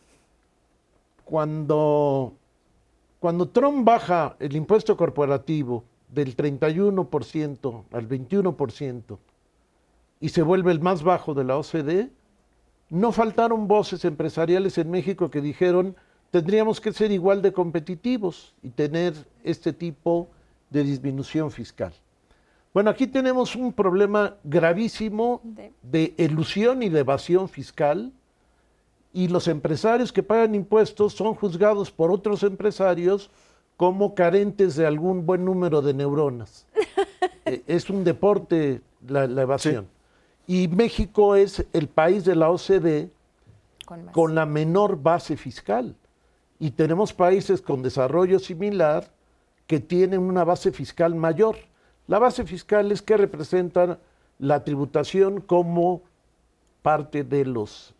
E: cuando Trump baja el impuesto corporativo del 31% al 21% y se vuelve el más bajo de la OCDE, no faltaron voces empresariales en México que dijeron: tendríamos que ser igual de competitivos y tener este tipo de disminución fiscal. Bueno, aquí tenemos un problema gravísimo de elusión y de evasión fiscal, y los empresarios que pagan impuestos son juzgados por otros empresarios como carentes de algún buen número de neuronas. Es un deporte la evasión. Sí. Y México es el país de la OCDE con la menor base fiscal. Y tenemos países con desarrollo similar que tienen una base fiscal mayor. La base fiscal es que representa la tributación como parte de los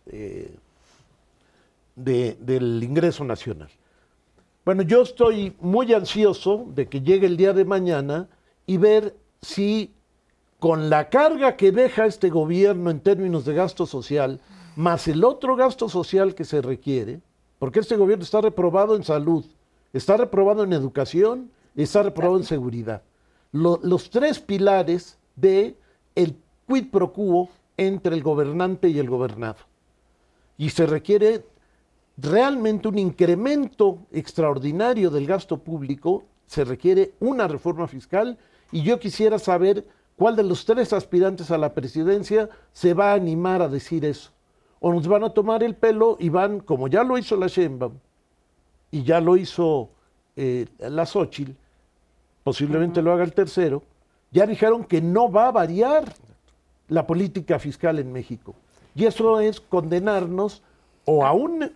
E: del ingreso nacional. Bueno, yo estoy muy ansioso de que llegue el día de mañana y ver si con la carga que deja este gobierno en términos de gasto social, más el otro gasto social que se requiere, porque este gobierno está reprobado en salud, está reprobado en educación y está reprobado en seguridad. Los 3 pilares de el quid pro quo entre el gobernante y el gobernado. Y se requiere realmente un incremento extraordinario del gasto público, se requiere una reforma fiscal, y yo quisiera saber cuál de los 3 aspirantes a la presidencia se va a animar a decir eso. O nos van a tomar el pelo y van, como ya lo hizo la Sheinbaum y ya lo hizo la Xóchitl, posiblemente lo haga el tercero, ya dijeron que no va a variar la política fiscal en México. Y eso es condenarnos o a un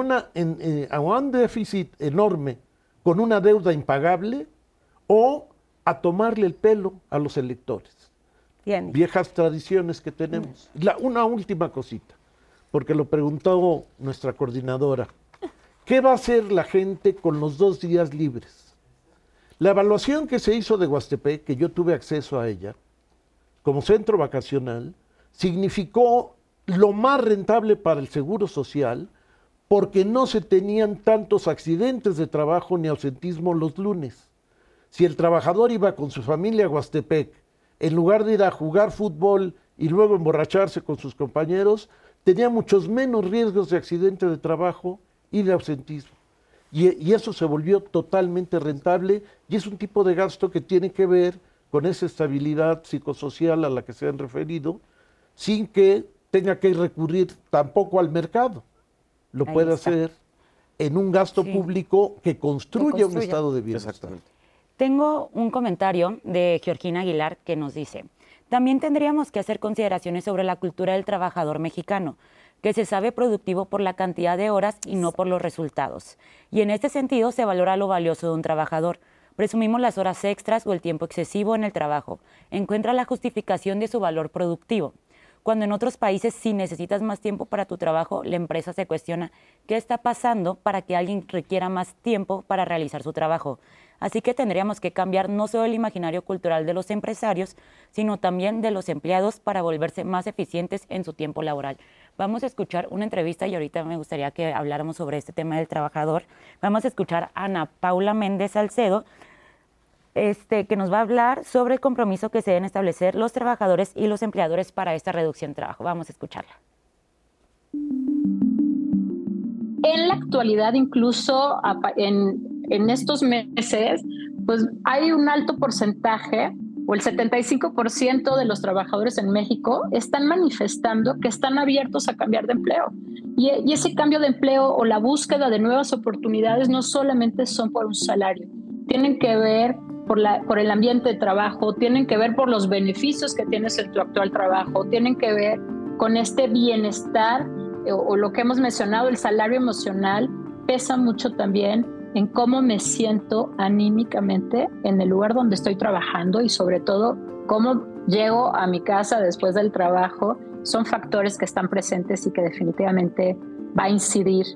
E: déficit enorme con una deuda impagable, o a tomarle el pelo a los electores.
B: Bien.
E: Viejas tradiciones que tenemos. Una última cosita, porque lo preguntó nuestra coordinadora. ¿Qué va a hacer la gente con los 2 días libres? La evaluación que se hizo de Huastepec, que yo tuve acceso a ella, como centro vacacional, significó lo más rentable para el Seguro Social, porque no se tenían tantos accidentes de trabajo ni ausentismo los lunes. Si el trabajador iba con su familia a Huastepec, en lugar de ir a jugar fútbol y luego emborracharse con sus compañeros, tenía muchos menos riesgos de accidente de trabajo y de ausentismo. Y eso se volvió totalmente rentable, y es un tipo de gasto que tiene que ver con esa estabilidad psicosocial a la que se han referido, sin que tenga que recurrir tampoco al mercado. Lo puede hacer en un gasto público que construya un estado de bienestar.
F: Exactamente.
C: Tengo un comentario de Georgina Aguilar que nos dice: también tendríamos que hacer consideraciones sobre la cultura del trabajador mexicano, que se sabe productivo por la cantidad de horas y no por los resultados. Y en este sentido se valora lo valioso de un trabajador. Presumimos las horas extras o el tiempo excesivo en el trabajo. Encuentra la justificación de su valor productivo. Cuando en otros países, si necesitas más tiempo para tu trabajo, la empresa se cuestiona qué está pasando para que alguien requiera más tiempo para realizar su trabajo. Así que tendríamos que cambiar no solo el imaginario cultural de los empresarios, sino también de los empleados para volverse más eficientes en su tiempo laboral. Vamos a escuchar una entrevista y ahorita me gustaría que habláramos sobre este tema del trabajador. Vamos a escuchar a Ana Paula Méndez Salcedo, que nos va a hablar sobre el compromiso que se deben establecer los trabajadores y los empleadores para esta reducción de trabajo. Vamos a escucharla.
G: En la actualidad, incluso en estos meses, pues hay un alto porcentaje, o el 75% de los trabajadores en México están manifestando que están abiertos a cambiar de empleo. Y ese cambio de empleo o la búsqueda de nuevas oportunidades no solamente son por un salario, tienen que ver por el ambiente de trabajo, tienen que ver por los beneficios que tienes en tu actual trabajo, tienen que ver con este bienestar o lo que hemos mencionado, el salario emocional, pesa mucho también en cómo me siento anímicamente en el lugar donde estoy trabajando, y sobre todo cómo llego a mi casa después del trabajo. Son factores que están presentes y que definitivamente va a incidir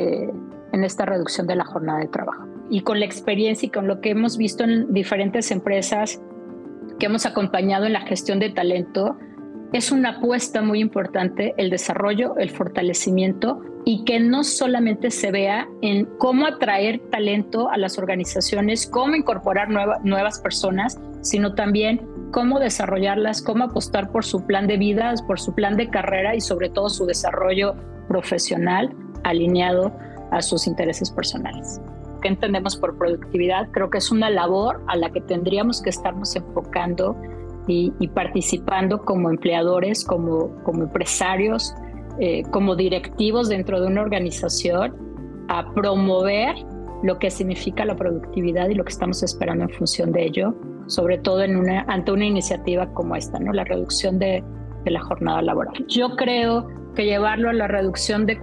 G: en esta reducción de la jornada de trabajo. Y con la experiencia y con lo que hemos visto en diferentes empresas que hemos acompañado en la gestión de talento, es una apuesta muy importante el desarrollo, el fortalecimiento, y que no solamente se vea en cómo atraer talento a las organizaciones, cómo incorporar nuevas personas, sino también cómo desarrollarlas, cómo apostar por su plan de vida, por su plan de carrera y sobre todo su desarrollo profesional alineado a sus intereses personales. ¿Qué entendemos por productividad? Creo que es una labor a la que tendríamos que estarnos enfocando y participando como empleadores, como empresarios, como directivos dentro de una organización, a promover lo que significa la productividad y lo que estamos esperando en función de ello, sobre todo ante una iniciativa como esta, ¿no? La reducción de la jornada laboral. Yo creo que llevarlo a la reducción de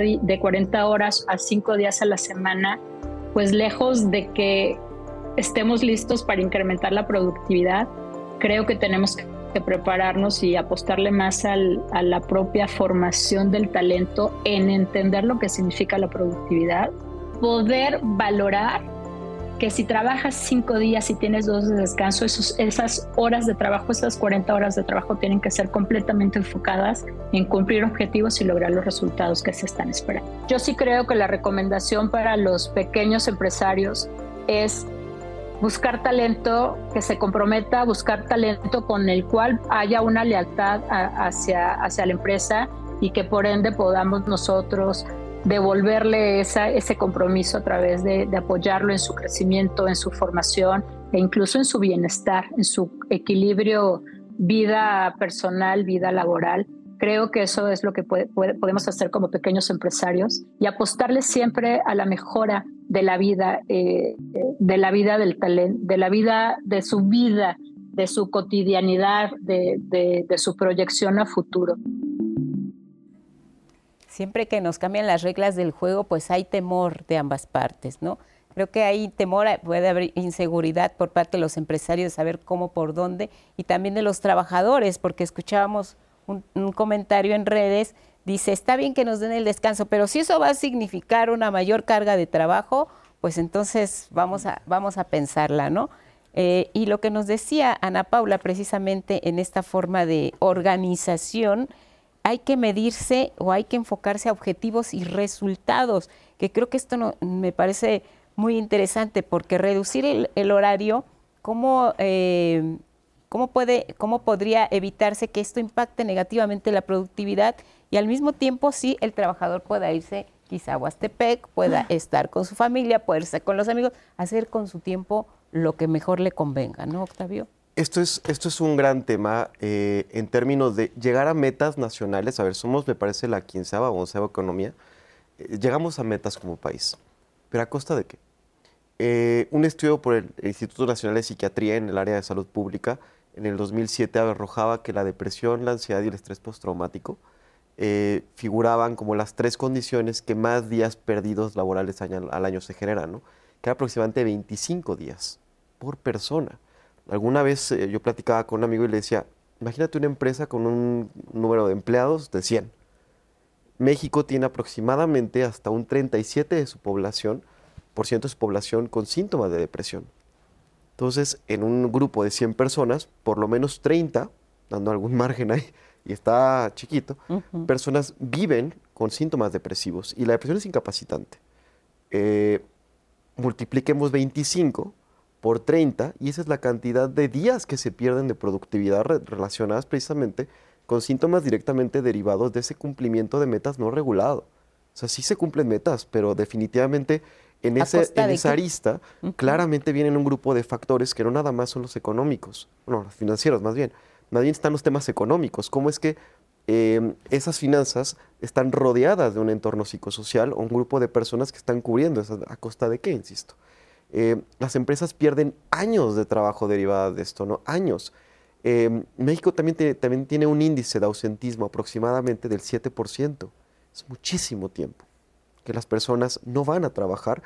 G: 40 horas a 5 días a la semana, pues lejos de que estemos listos para incrementar la productividad, creo que tenemos que prepararnos y apostarle más a la propia formación del talento, en entender lo que significa la productividad, poder valorar que si trabajas 5 días y tienes 2 de descanso, esas horas de trabajo, esas 40 horas de trabajo tienen que ser completamente enfocadas en cumplir objetivos y lograr los resultados que se están esperando. Yo sí creo que la recomendación para los pequeños empresarios es buscar talento que se comprometa, buscar talento con el cual haya una lealtad hacia la empresa y que por ende podamos nosotros devolverle ese compromiso a través de apoyarlo en su crecimiento, en su formación e incluso en su bienestar, en su equilibrio vida personal, vida laboral. Creo que eso es lo que podemos hacer como pequeños empresarios y apostarle siempre a la mejora de la vida del talento, de la vida, de su cotidianidad, de su proyección a futuro.
B: Siempre que nos cambian las reglas del juego, pues hay temor de ambas partes, ¿no? Creo que hay temor, puede haber inseguridad por parte de los empresarios de saber cómo, por dónde, y también de los trabajadores, porque escuchábamos un comentario en redes, dice, está bien que nos den el descanso, pero si eso va a significar una mayor carga de trabajo, pues entonces vamos a pensarla, ¿no? Y lo que nos decía Ana Paula precisamente en esta forma de organización, hay que medirse o hay que enfocarse a objetivos y resultados, que creo que esto me parece muy interesante, porque reducir el horario, ¿cómo podría evitarse que esto impacte negativamente la productividad y al mismo tiempo sí el trabajador pueda irse quizá a Huastepec, pueda estar con su familia, pueda estar con los amigos, hacer con su tiempo lo que mejor le convenga, ¿no, Octavio?
F: Esto es un gran tema en términos de llegar a metas nacionales. A ver, somos, me parece, la 15ª o 11ª economía. Llegamos a metas como país. ¿Pero a costa de qué? Un estudio por el Instituto Nacional de Psiquiatría en el área de salud pública en el 2007 arrojaba que la depresión, la ansiedad y el estrés postraumático figuraban como las 3 condiciones que más días perdidos laborales al año se generan, ¿no? Que era aproximadamente 25 días por persona. Alguna vez yo platicaba con un amigo y le decía, imagínate una empresa con un número de empleados de 100. México tiene aproximadamente hasta un 37% de su población con síntomas de depresión. Entonces, en un grupo de 100 personas, por lo menos 30, dando algún margen ahí, y está chiquito, personas viven con síntomas depresivos. Y la depresión es incapacitante. Multipliquemos 25 por 30, y esa es la cantidad de días que se pierden de productividad relacionadas precisamente con síntomas directamente derivados de ese cumplimiento de metas no regulado. O sea, sí se cumplen metas, pero definitivamente en esa arista claramente vienen un grupo de factores que no nada más son los económicos, bueno, los financieros más bien están los temas económicos. ¿Cómo es que esas finanzas están rodeadas de un entorno psicosocial o un grupo de personas que están cubriendo eso? ¿A costa de qué, insisto? Las empresas pierden años de trabajo derivadas de esto, ¿no? Años. México también tiene un índice de ausentismo aproximadamente del 7%. Es muchísimo tiempo que las personas no van a trabajar.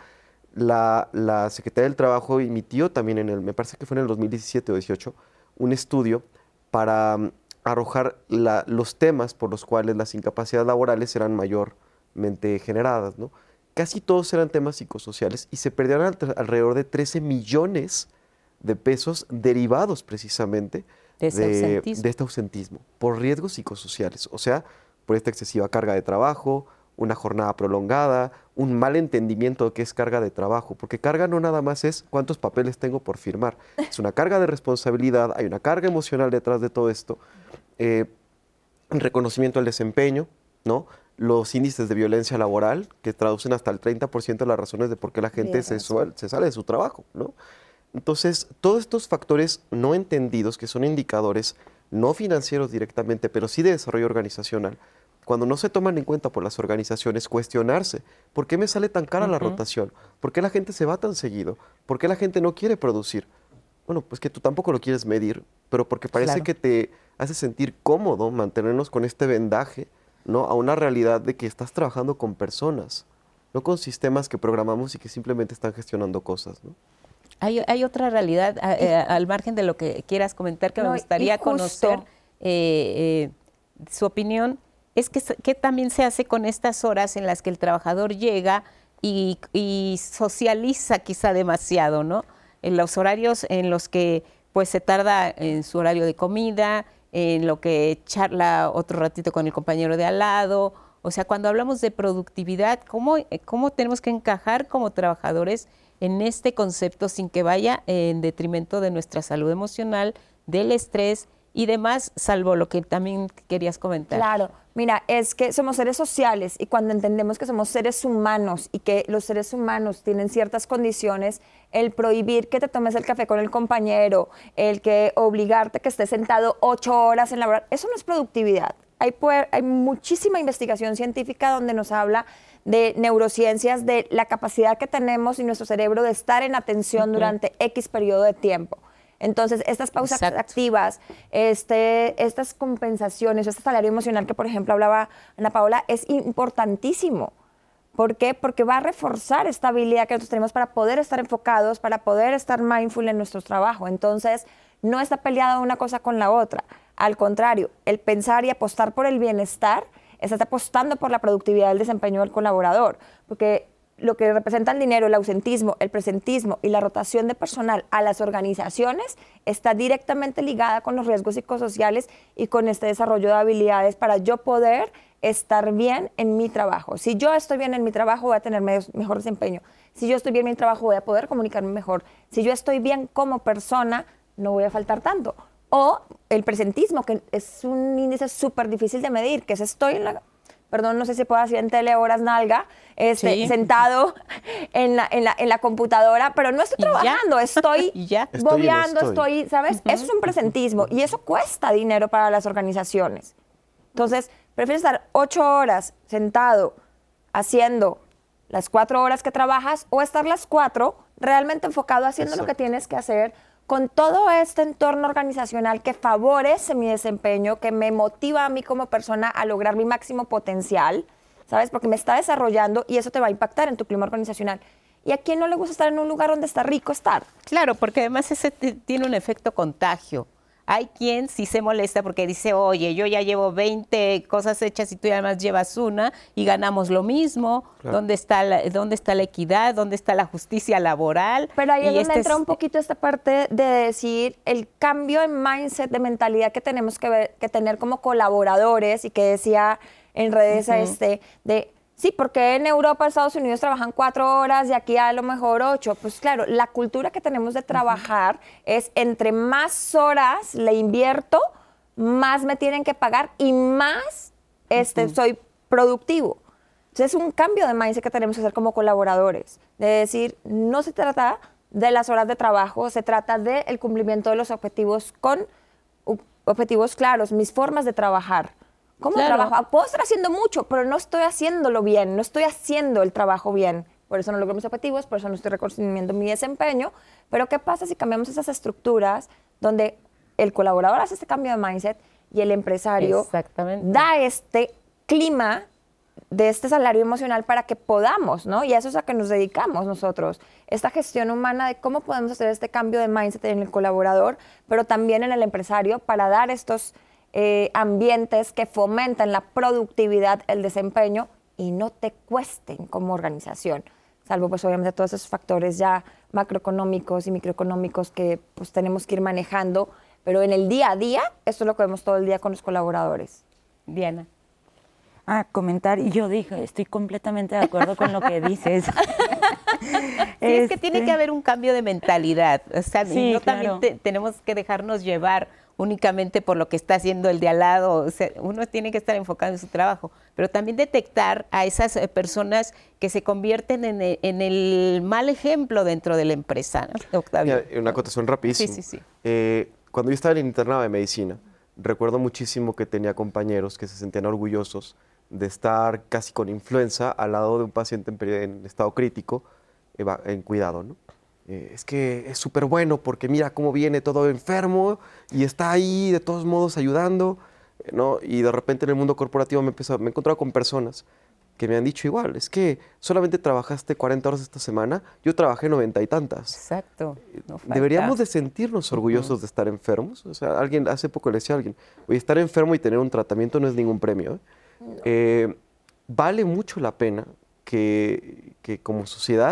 F: La Secretaría del Trabajo emitió también, me parece que fue en el 2017 o 2018, un estudio para arrojar los temas por los cuales las incapacidades laborales eran mayormente generadas, ¿no? Casi todos eran temas psicosociales y se perdieron alrededor de 13 millones de pesos derivados precisamente de este ausentismo por riesgos psicosociales, o sea, por esta excesiva carga de trabajo, una jornada prolongada, un mal entendimiento de qué es carga de trabajo, porque carga no nada más es cuántos papeles tengo por firmar, es una carga de responsabilidad, hay una carga emocional detrás de todo esto, reconocimiento al desempeño, ¿no? Los índices de violencia laboral, que traducen hasta el 30% de las razones de por qué la gente se sale de su trabajo, ¿no? Entonces, todos estos factores no entendidos, que son indicadores no financieros directamente, pero sí de desarrollo organizacional, cuando no se toman en cuenta por las organizaciones, cuestionarse, ¿por qué me sale tan cara la rotación? ¿Por qué la gente se va tan seguido? ¿Por qué la gente no quiere producir? Bueno, pues que tú tampoco lo quieres medir, pero porque parece que te hace sentir cómodo mantenernos con este vendaje, ¿no? A una realidad de que estás trabajando con personas, no con sistemas que programamos y que simplemente están gestionando cosas, ¿no?
B: Hay otra realidad, al margen de lo que quieras comentar, que me gustaría conocer su opinión, es que también se hace con estas horas en las que el trabajador llega y socializa quizá demasiado, ¿no? En los horarios en los que pues se tarda en su horario de comida, en lo que charla otro ratito con el compañero de al lado. O sea, cuando hablamos de productividad, ¿cómo tenemos que encajar como trabajadores en este concepto sin que vaya en detrimento de nuestra salud emocional, del estrés y demás, salvo lo que también querías comentar.
D: Claro, mira, es que somos seres sociales y cuando entendemos que somos seres humanos y que los seres humanos tienen ciertas condiciones, el prohibir que te tomes el café con el compañero, el que obligarte que estés sentado 8 horas en la... Eso no es productividad. Hay muchísima investigación científica donde nos habla de neurociencias, de la capacidad que tenemos en nuestro cerebro de estar en atención durante X periodo de tiempo. Entonces, estas pausas activas, estas compensaciones, este salario emocional que, por ejemplo, hablaba Ana Paola, es importantísimo. ¿Por qué? Porque va a reforzar esta habilidad que nosotros tenemos para poder estar enfocados, para poder estar mindful en nuestro trabajo. Entonces, no está peleada una cosa con la otra. Al contrario, el pensar y apostar por el bienestar, estás apostando por la productividad del desempeño del colaborador. Porque lo que representa el dinero, el ausentismo, el presentismo y la rotación de personal a las organizaciones está directamente ligada con los riesgos psicosociales y con este desarrollo de habilidades para yo poder estar bien en mi trabajo. Si yo estoy bien en mi trabajo, voy a tener mejor desempeño. Si yo estoy bien en mi trabajo, voy a poder comunicarme mejor. Si yo estoy bien como persona, no voy a faltar tanto. O el presentismo, que es un índice súper difícil de medir, que es estoy en la... Perdón, no sé si puedo decir en tele horas nalga, sentado en la computadora, pero no estoy trabajando, estoy bobeando, ¿sabes? Eso es un presentismo y eso cuesta dinero para las organizaciones. Entonces, prefieres estar 8 horas sentado haciendo las 4 horas que trabajas o estar las 4 realmente enfocado haciendo lo que tienes que hacer con todo este entorno organizacional que favorece mi desempeño, que me motiva a mí como persona a lograr mi máximo potencial, ¿sabes? Porque me está desarrollando y eso te va a impactar en tu clima organizacional. ¿Y a quién no le gusta estar en un lugar donde está rico estar?
B: Claro, porque además ese tiene un efecto contagio. Hay quien sí se molesta porque dice, oye, yo ya llevo 20 cosas hechas y tú además llevas una y ganamos lo mismo. Claro. ¿Dónde está la equidad? ¿Dónde está la justicia laboral?
D: Pero ahí es donde entra un poquito esta parte de decir el cambio en mindset, de mentalidad que tenemos que tener como colaboradores y que decía en redes de... Sí, porque en Europa, Estados Unidos trabajan 4 horas y aquí a lo mejor 8. Pues claro, la cultura que tenemos de trabajar es entre más horas le invierto, más me tienen que pagar y más soy productivo. Entonces es un cambio de mindset que tenemos que hacer como colaboradores. De decir, no se trata de las horas de trabajo, se trata del cumplimiento de los objetivos con objetivos claros, mis formas de trabajar. ¿Cómo trabajo? Puedo estar haciendo mucho, pero no estoy haciéndolo bien, no estoy haciendo el trabajo bien. Por eso no logro mis objetivos, por eso no estoy reconociendo mi desempeño. Pero ¿qué pasa si cambiamos esas estructuras donde el colaborador hace este cambio de mindset y el empresario da este clima de este salario emocional para que podamos, ¿no? Y a eso es a que nos dedicamos nosotros. Esta gestión humana de cómo podemos hacer este cambio de mindset en el colaborador, pero también en el empresario para dar estos... ambientes que fomentan la productividad, el desempeño y no te cuesten como organización, salvo pues obviamente todos esos factores ya macroeconómicos y microeconómicos que pues tenemos que ir manejando, pero en el día a día, esto es lo que vemos todo el día con los colaboradores.
B: Diana.
C: Comentar, y yo dije, estoy completamente de acuerdo con lo que dices.
B: Sí, es que tiene que haber un cambio de mentalidad, o sea, y no también tenemos que dejarnos llevar únicamente por lo que está haciendo el de al lado, o sea, uno tiene que estar enfocado en su trabajo, pero también detectar a esas personas que se convierten en el mal ejemplo dentro de la empresa, ¿no, Octavio?
F: Mira, una acotación rapidísima.
B: Sí.
F: Cuando yo estaba en el internado de medicina, recuerdo muchísimo que tenía compañeros que se sentían orgullosos de estar casi con influenza al lado de un paciente en estado crítico, en cuidado, ¿no? Es que es súper bueno porque mira cómo viene todo enfermo y está ahí de todos modos ayudando, ¿no? Y de repente en el mundo corporativo me he encontrado con personas que me han dicho igual, es que solamente trabajaste 40 horas esta semana, yo trabajé 90 y tantas.
B: Exacto.
F: Deberíamos de sentirnos orgullosos de estar enfermos. O sea, hace poco le decía a alguien, oye, estar enfermo y tener un tratamiento no es ningún premio. Vale mucho la pena que como sociedad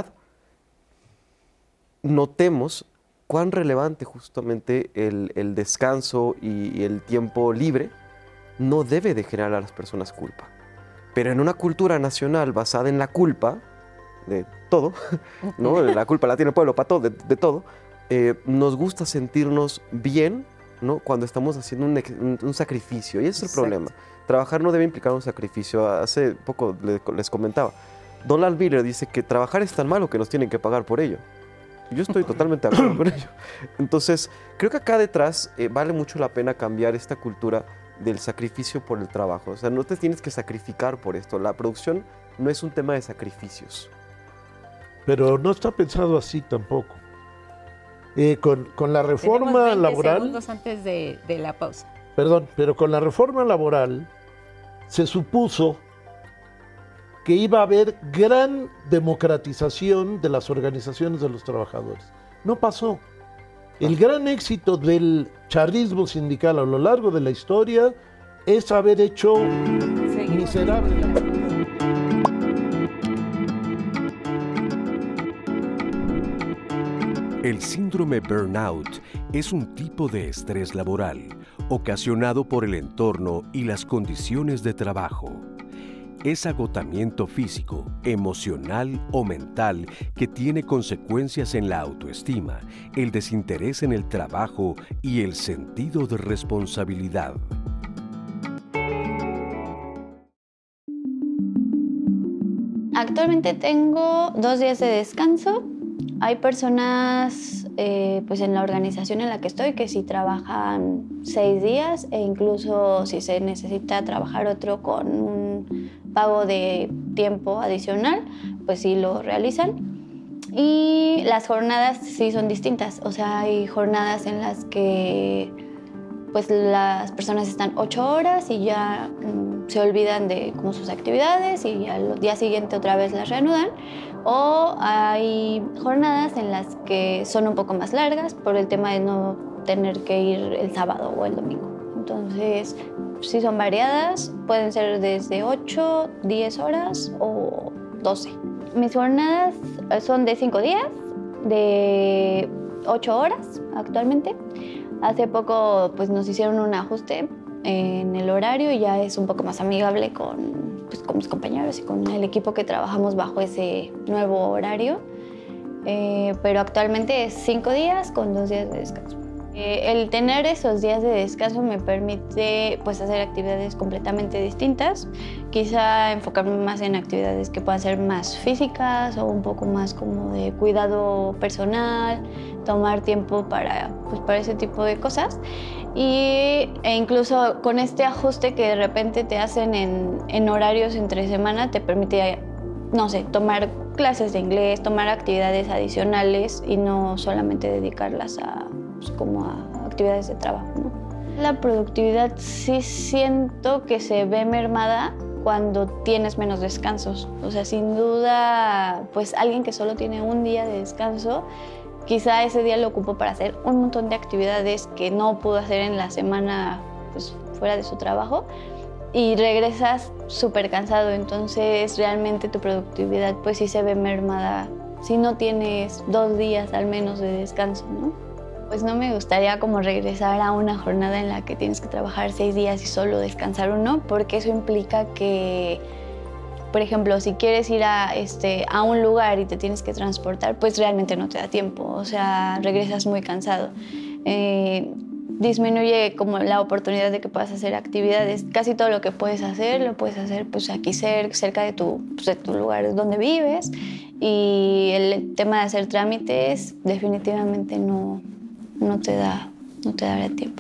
F: notemos cuán relevante justamente el descanso y el tiempo libre no debe de generar a las personas culpa. Pero en una cultura nacional basada en la culpa, de todo, ¿no? La culpa la tiene el pueblo para todo, de todo. Nos gusta sentirnos bien, ¿no? Cuando estamos haciendo un sacrificio, y ese es el problema. Trabajar no debe implicar un sacrificio. Hace poco les comentaba, Donald Miller dice que trabajar es tan malo que nos tienen que pagar por ello. Yo estoy totalmente de acuerdo con ello. Entonces, creo que acá detrás vale mucho la pena cambiar esta cultura del sacrificio por el trabajo. O sea, no te tienes que sacrificar por esto. La producción no es un tema de sacrificios.
E: Pero no está pensado así tampoco. Con la reforma
B: Tenemos 20
E: laboral...
B: segundos antes de la pausa.
E: Perdón, pero con la reforma laboral se supuso que iba a haber gran democratización de las organizaciones de los trabajadores. No pasó. El gran éxito del charrismo sindical a lo largo de la historia es haber hecho miserable.
A: El síndrome burnout es un tipo de estrés laboral ocasionado por el entorno y las condiciones de trabajo. Es agotamiento físico, emocional o mental que tiene consecuencias en la autoestima, el desinterés en el trabajo y el sentido de responsabilidad.
I: Actualmente tengo 2 días de descanso. Hay personas pues en la organización en la que estoy que sí trabajan 6 días e incluso si se necesita trabajar otro con un pago de tiempo adicional, pues sí lo realizan. Y las jornadas sí son distintas, o sea, hay jornadas en las que pues las personas están 8 horas y ya se olvidan de como sus actividades y al día siguiente otra vez las reanudan. O hay jornadas en las que son un poco más largas por el tema de no tener que ir el sábado o el domingo. Entonces, sí son variadas, pueden ser desde 8, 10 horas o 12. Mis jornadas son de 5 días, de 8 horas actualmente. Hace poco pues, nos hicieron un ajuste en el horario y ya es un poco más amigable con mis compañeros y con el equipo que trabajamos bajo ese nuevo horario. Pero actualmente es 5 días con 2 días de descanso. El tener esos días de descanso me permite pues, hacer actividades completamente distintas. Quizá enfocarme más en actividades que puedan ser más físicas o un poco más como de cuidado personal, tomar tiempo para ese tipo de cosas. E incluso con este ajuste que de repente te hacen en horarios entre semana, te permite, no sé, tomar clases de inglés, tomar actividades adicionales y no solamente dedicarlas a actividades de trabajo, ¿no? La productividad sí siento que se ve mermada cuando tienes menos descansos. O sea, sin duda, pues alguien que solo tiene un día de descanso, quizá ese día lo ocupó para hacer un montón de actividades que no pudo hacer en la semana pues, fuera de su trabajo y regresas súper cansado. Entonces, realmente tu productividad pues sí se ve mermada si no tienes 2 días al menos de descanso, ¿no? Pues no me gustaría como regresar a una jornada en la que tienes que trabajar 6 días y solo descansar 1, porque eso implica que, por ejemplo, si quieres ir a un lugar y te tienes que transportar, pues realmente no te da tiempo, o sea, regresas muy cansado. Disminuye como la oportunidad de que puedas hacer actividades. Casi todo lo que puedes hacer, lo puedes hacer pues aquí cerca de tu lugar donde vives, y el tema de hacer trámites definitivamente no te dará tiempo.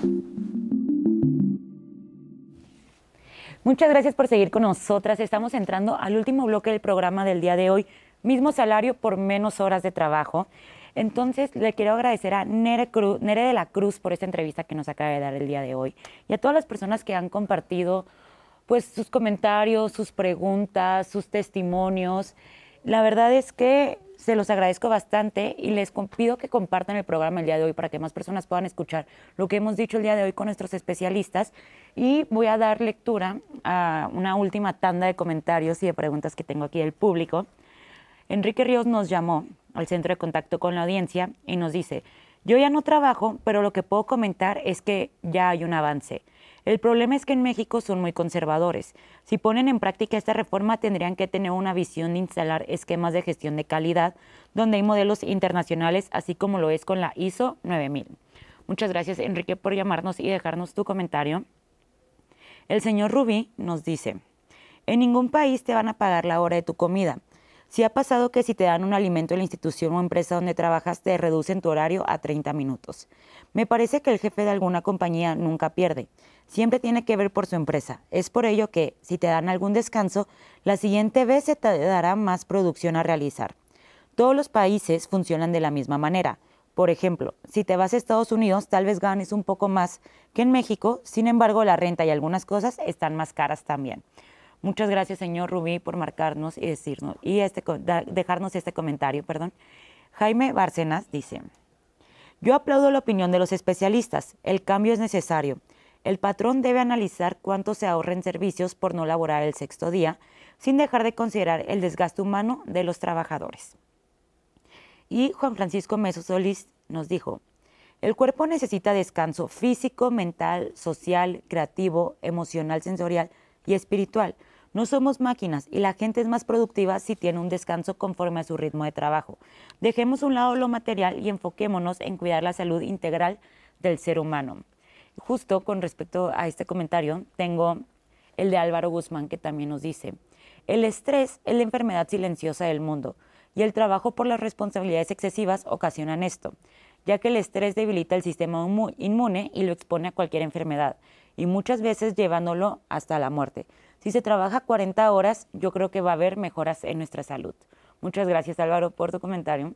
C: Muchas gracias por seguir con nosotras. Estamos entrando al último bloque del programa del día de hoy. Mismo salario por menos horas de trabajo. Entonces, le quiero agradecer a Nere de la Cruz por esta entrevista que nos acaba de dar el día de hoy y a todas las personas que han compartido pues, sus comentarios, sus preguntas, sus testimonios. La verdad es que se los agradezco bastante y les pido que compartan el programa el día de hoy para que más personas puedan escuchar lo que hemos dicho el día de hoy con nuestros especialistas. Y voy a dar lectura a una última tanda de comentarios y de preguntas que tengo aquí del público. Enrique Ríos nos llamó al centro de contacto con la audiencia y nos dice: yo ya no trabajo, pero lo que puedo comentar es que ya hay un avance. El problema es que en México son muy conservadores. Si ponen en práctica esta reforma, tendrían que tener una visión de instalar esquemas de gestión de calidad, donde hay modelos internacionales, así como lo es con la ISO 9000. Muchas gracias, Enrique, por llamarnos y dejarnos tu comentario. El señor Rubí nos dice, en ningún país te van a pagar la hora de tu comida. Si ha pasado que si te dan un alimento en la institución o empresa donde trabajas, te reducen tu horario a 30 minutos. Me parece que el jefe de alguna compañía nunca pierde. Siempre tiene que ver por su empresa. Es por ello que, si te dan algún descanso, la siguiente vez se te dará más producción a realizar. Todos los países funcionan de la misma manera. Por ejemplo, si te vas a Estados Unidos, tal vez ganes un poco más que en México. Sin embargo, la renta y algunas cosas están más caras también. Muchas gracias, señor Rubí, por marcarnos y decirnos y dejarnos este comentario. Jaime Bárcenas dice, yo aplaudo la opinión de los especialistas. El cambio es necesario. El patrón debe analizar cuánto se ahorra en servicios por no laborar el sexto día, sin dejar de considerar el desgaste humano de los trabajadores. Y Juan Francisco Meso Solís nos dijo, el cuerpo necesita descanso físico, mental, social, creativo, emocional, sensorial y espiritual. No somos máquinas y la gente es más productiva si tiene un descanso conforme a su ritmo de trabajo. Dejemos a un lado lo material y enfoquémonos en cuidar la salud integral del ser humano. Justo con respecto a este comentario, tengo el de Álvaro Guzmán, que también nos dice, el estrés es la enfermedad silenciosa del mundo y el trabajo por las responsabilidades excesivas ocasionan esto, ya que el estrés debilita el sistema inmune y lo expone a cualquier enfermedad, y muchas veces llevándolo hasta la muerte. Si se trabaja 40 horas, yo creo que va a haber mejoras en nuestra salud. Muchas gracias, Álvaro, por tu comentario.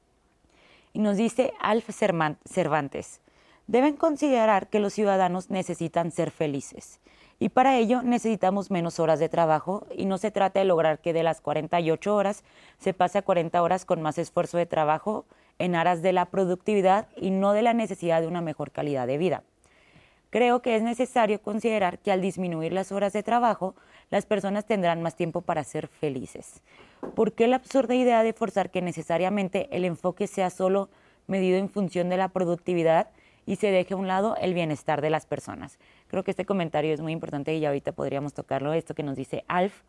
C: Y nos dice Alf Cervantes, deben considerar que los ciudadanos necesitan ser felices. Y para ello necesitamos menos horas de trabajo y no se trata de lograr que de las 48 horas se pase a 40 horas con más esfuerzo de trabajo en aras de la productividad y no de la necesidad de una mejor calidad de vida. Creo que es necesario considerar que al disminuir las horas de trabajo, las personas tendrán más tiempo para ser felices. ¿Por qué la absurda idea de forzar que necesariamente el enfoque sea solo medido en función de la productividad y se deje a un lado el bienestar de las personas? Creo que este comentario es muy importante y ya ahorita podríamos tocarlo, esto que nos dice Alf.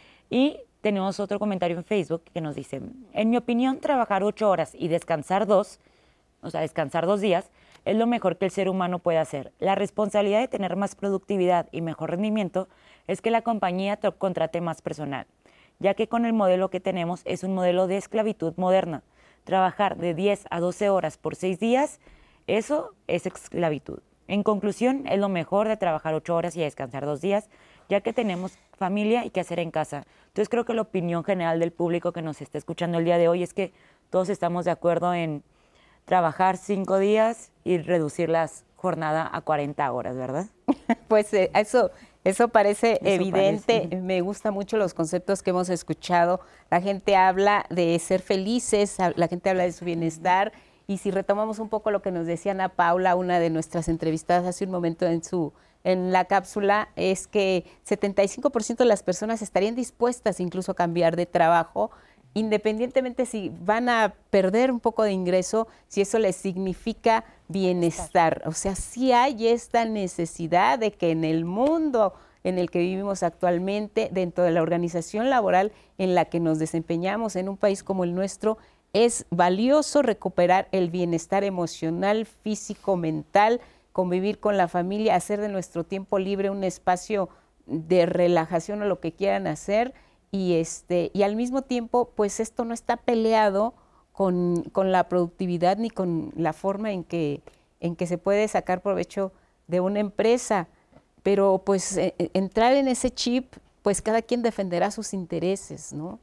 C: Y tenemos otro comentario en Facebook que nos dice, en mi opinión, trabajar 8 horas y descansar 2, o sea, descansar 2 días, es lo mejor que el ser humano puede hacer. La responsabilidad de tener más productividad y mejor rendimiento es que la compañía contrate más personal, ya que con el modelo que tenemos es un modelo de esclavitud moderna. Trabajar de 10 a 12 horas por 6 días, eso es esclavitud. En conclusión, es lo mejor de trabajar 8 horas y descansar 2 días, ya que tenemos familia y qué hacer en casa. Entonces creo que la opinión general del público que nos está escuchando el día de hoy es que todos estamos de acuerdo en trabajar 5 días y reducir la jornada a 40 horas, ¿verdad?
B: Pues eso parece evidente. Parece. Me gustan mucho los conceptos que hemos escuchado. La gente habla de ser felices, la gente habla de su bienestar. Y si retomamos un poco lo que nos decía Ana Paula, una de nuestras entrevistadas hace un momento en la cápsula, es que 75% de las personas estarían dispuestas incluso a cambiar de trabajo, independientemente si van a perder un poco de ingreso, si eso les significa bienestar. O sea, sí hay esta necesidad de que en el mundo en el que vivimos actualmente, dentro de la organización laboral en la que nos desempeñamos en un país como el nuestro, es valioso recuperar el bienestar emocional, físico, mental, convivir con la familia, hacer de nuestro tiempo libre un espacio de relajación o lo que quieran hacer. Y al mismo tiempo, pues esto no está peleado con la productividad ni con la forma en que se puede sacar provecho de una empresa. Pero pues entrar en ese chip, pues cada quien defenderá sus intereses, ¿no?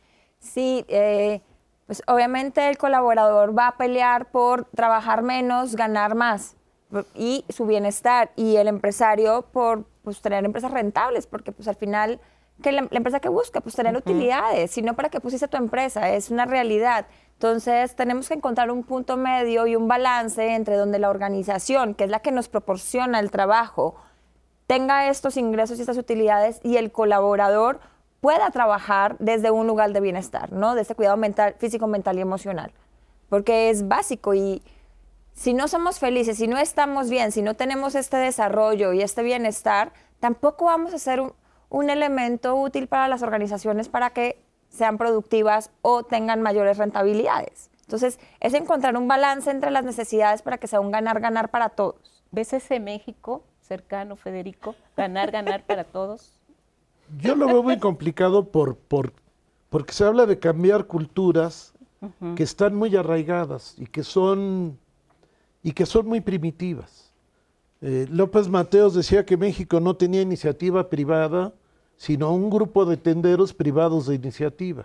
D: Sí, pues obviamente el colaborador va a pelear por trabajar menos, ganar más y su bienestar, y el empresario por pues tener empresas rentables, porque pues al final que la empresa que busca, pues tener utilidades, sino para qué pusiste tu empresa, es una realidad. Entonces tenemos que encontrar un punto medio y un balance entre donde la organización, que es la que nos proporciona el trabajo, tenga estos ingresos y estas utilidades y el colaborador pueda trabajar desde un lugar de bienestar, ¿no? De ese cuidado mental, físico, mental y emocional, porque es básico y si no somos felices, si no estamos bien, si no tenemos este desarrollo y este bienestar, tampoco vamos a ser un elemento útil para las organizaciones para que sean productivas o tengan mayores rentabilidades. Entonces, es encontrar un balance entre las necesidades para que sea un ganar-ganar para todos.
B: ¿Ves ese México cercano, Federico? Ganar para todos.
E: Yo lo veo muy complicado porque se habla de cambiar culturas que están muy arraigadas y que son muy primitivas. López Mateos decía que México no tenía iniciativa privada, sino un grupo de tenderos privados de iniciativa.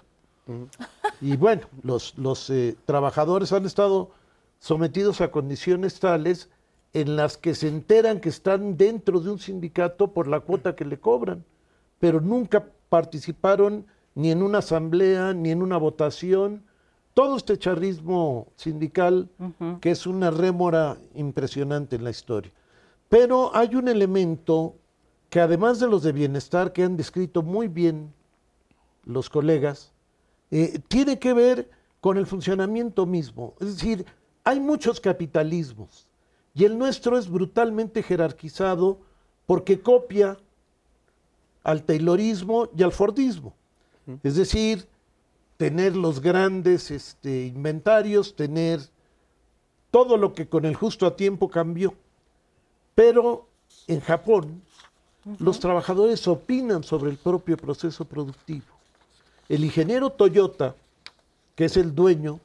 E: Y bueno, los trabajadores han estado sometidos a condiciones tales en las que se enteran que están dentro de un sindicato por la cuota que le cobran, pero nunca participaron ni en una asamblea, ni en una votación. Todo este charrismo sindical, que es una rémora impresionante en la historia. Pero hay un elemento que además de los de bienestar que han descrito muy bien los colegas, tiene que ver con el funcionamiento mismo. Es decir, hay muchos capitalismos y el nuestro es brutalmente jerarquizado porque copia al taylorismo y al fordismo. Es decir, tener los grandes inventarios, tener todo lo que con el justo a tiempo cambió. Pero en Japón, los trabajadores opinan sobre el propio proceso productivo. El ingeniero Toyota, que es el dueño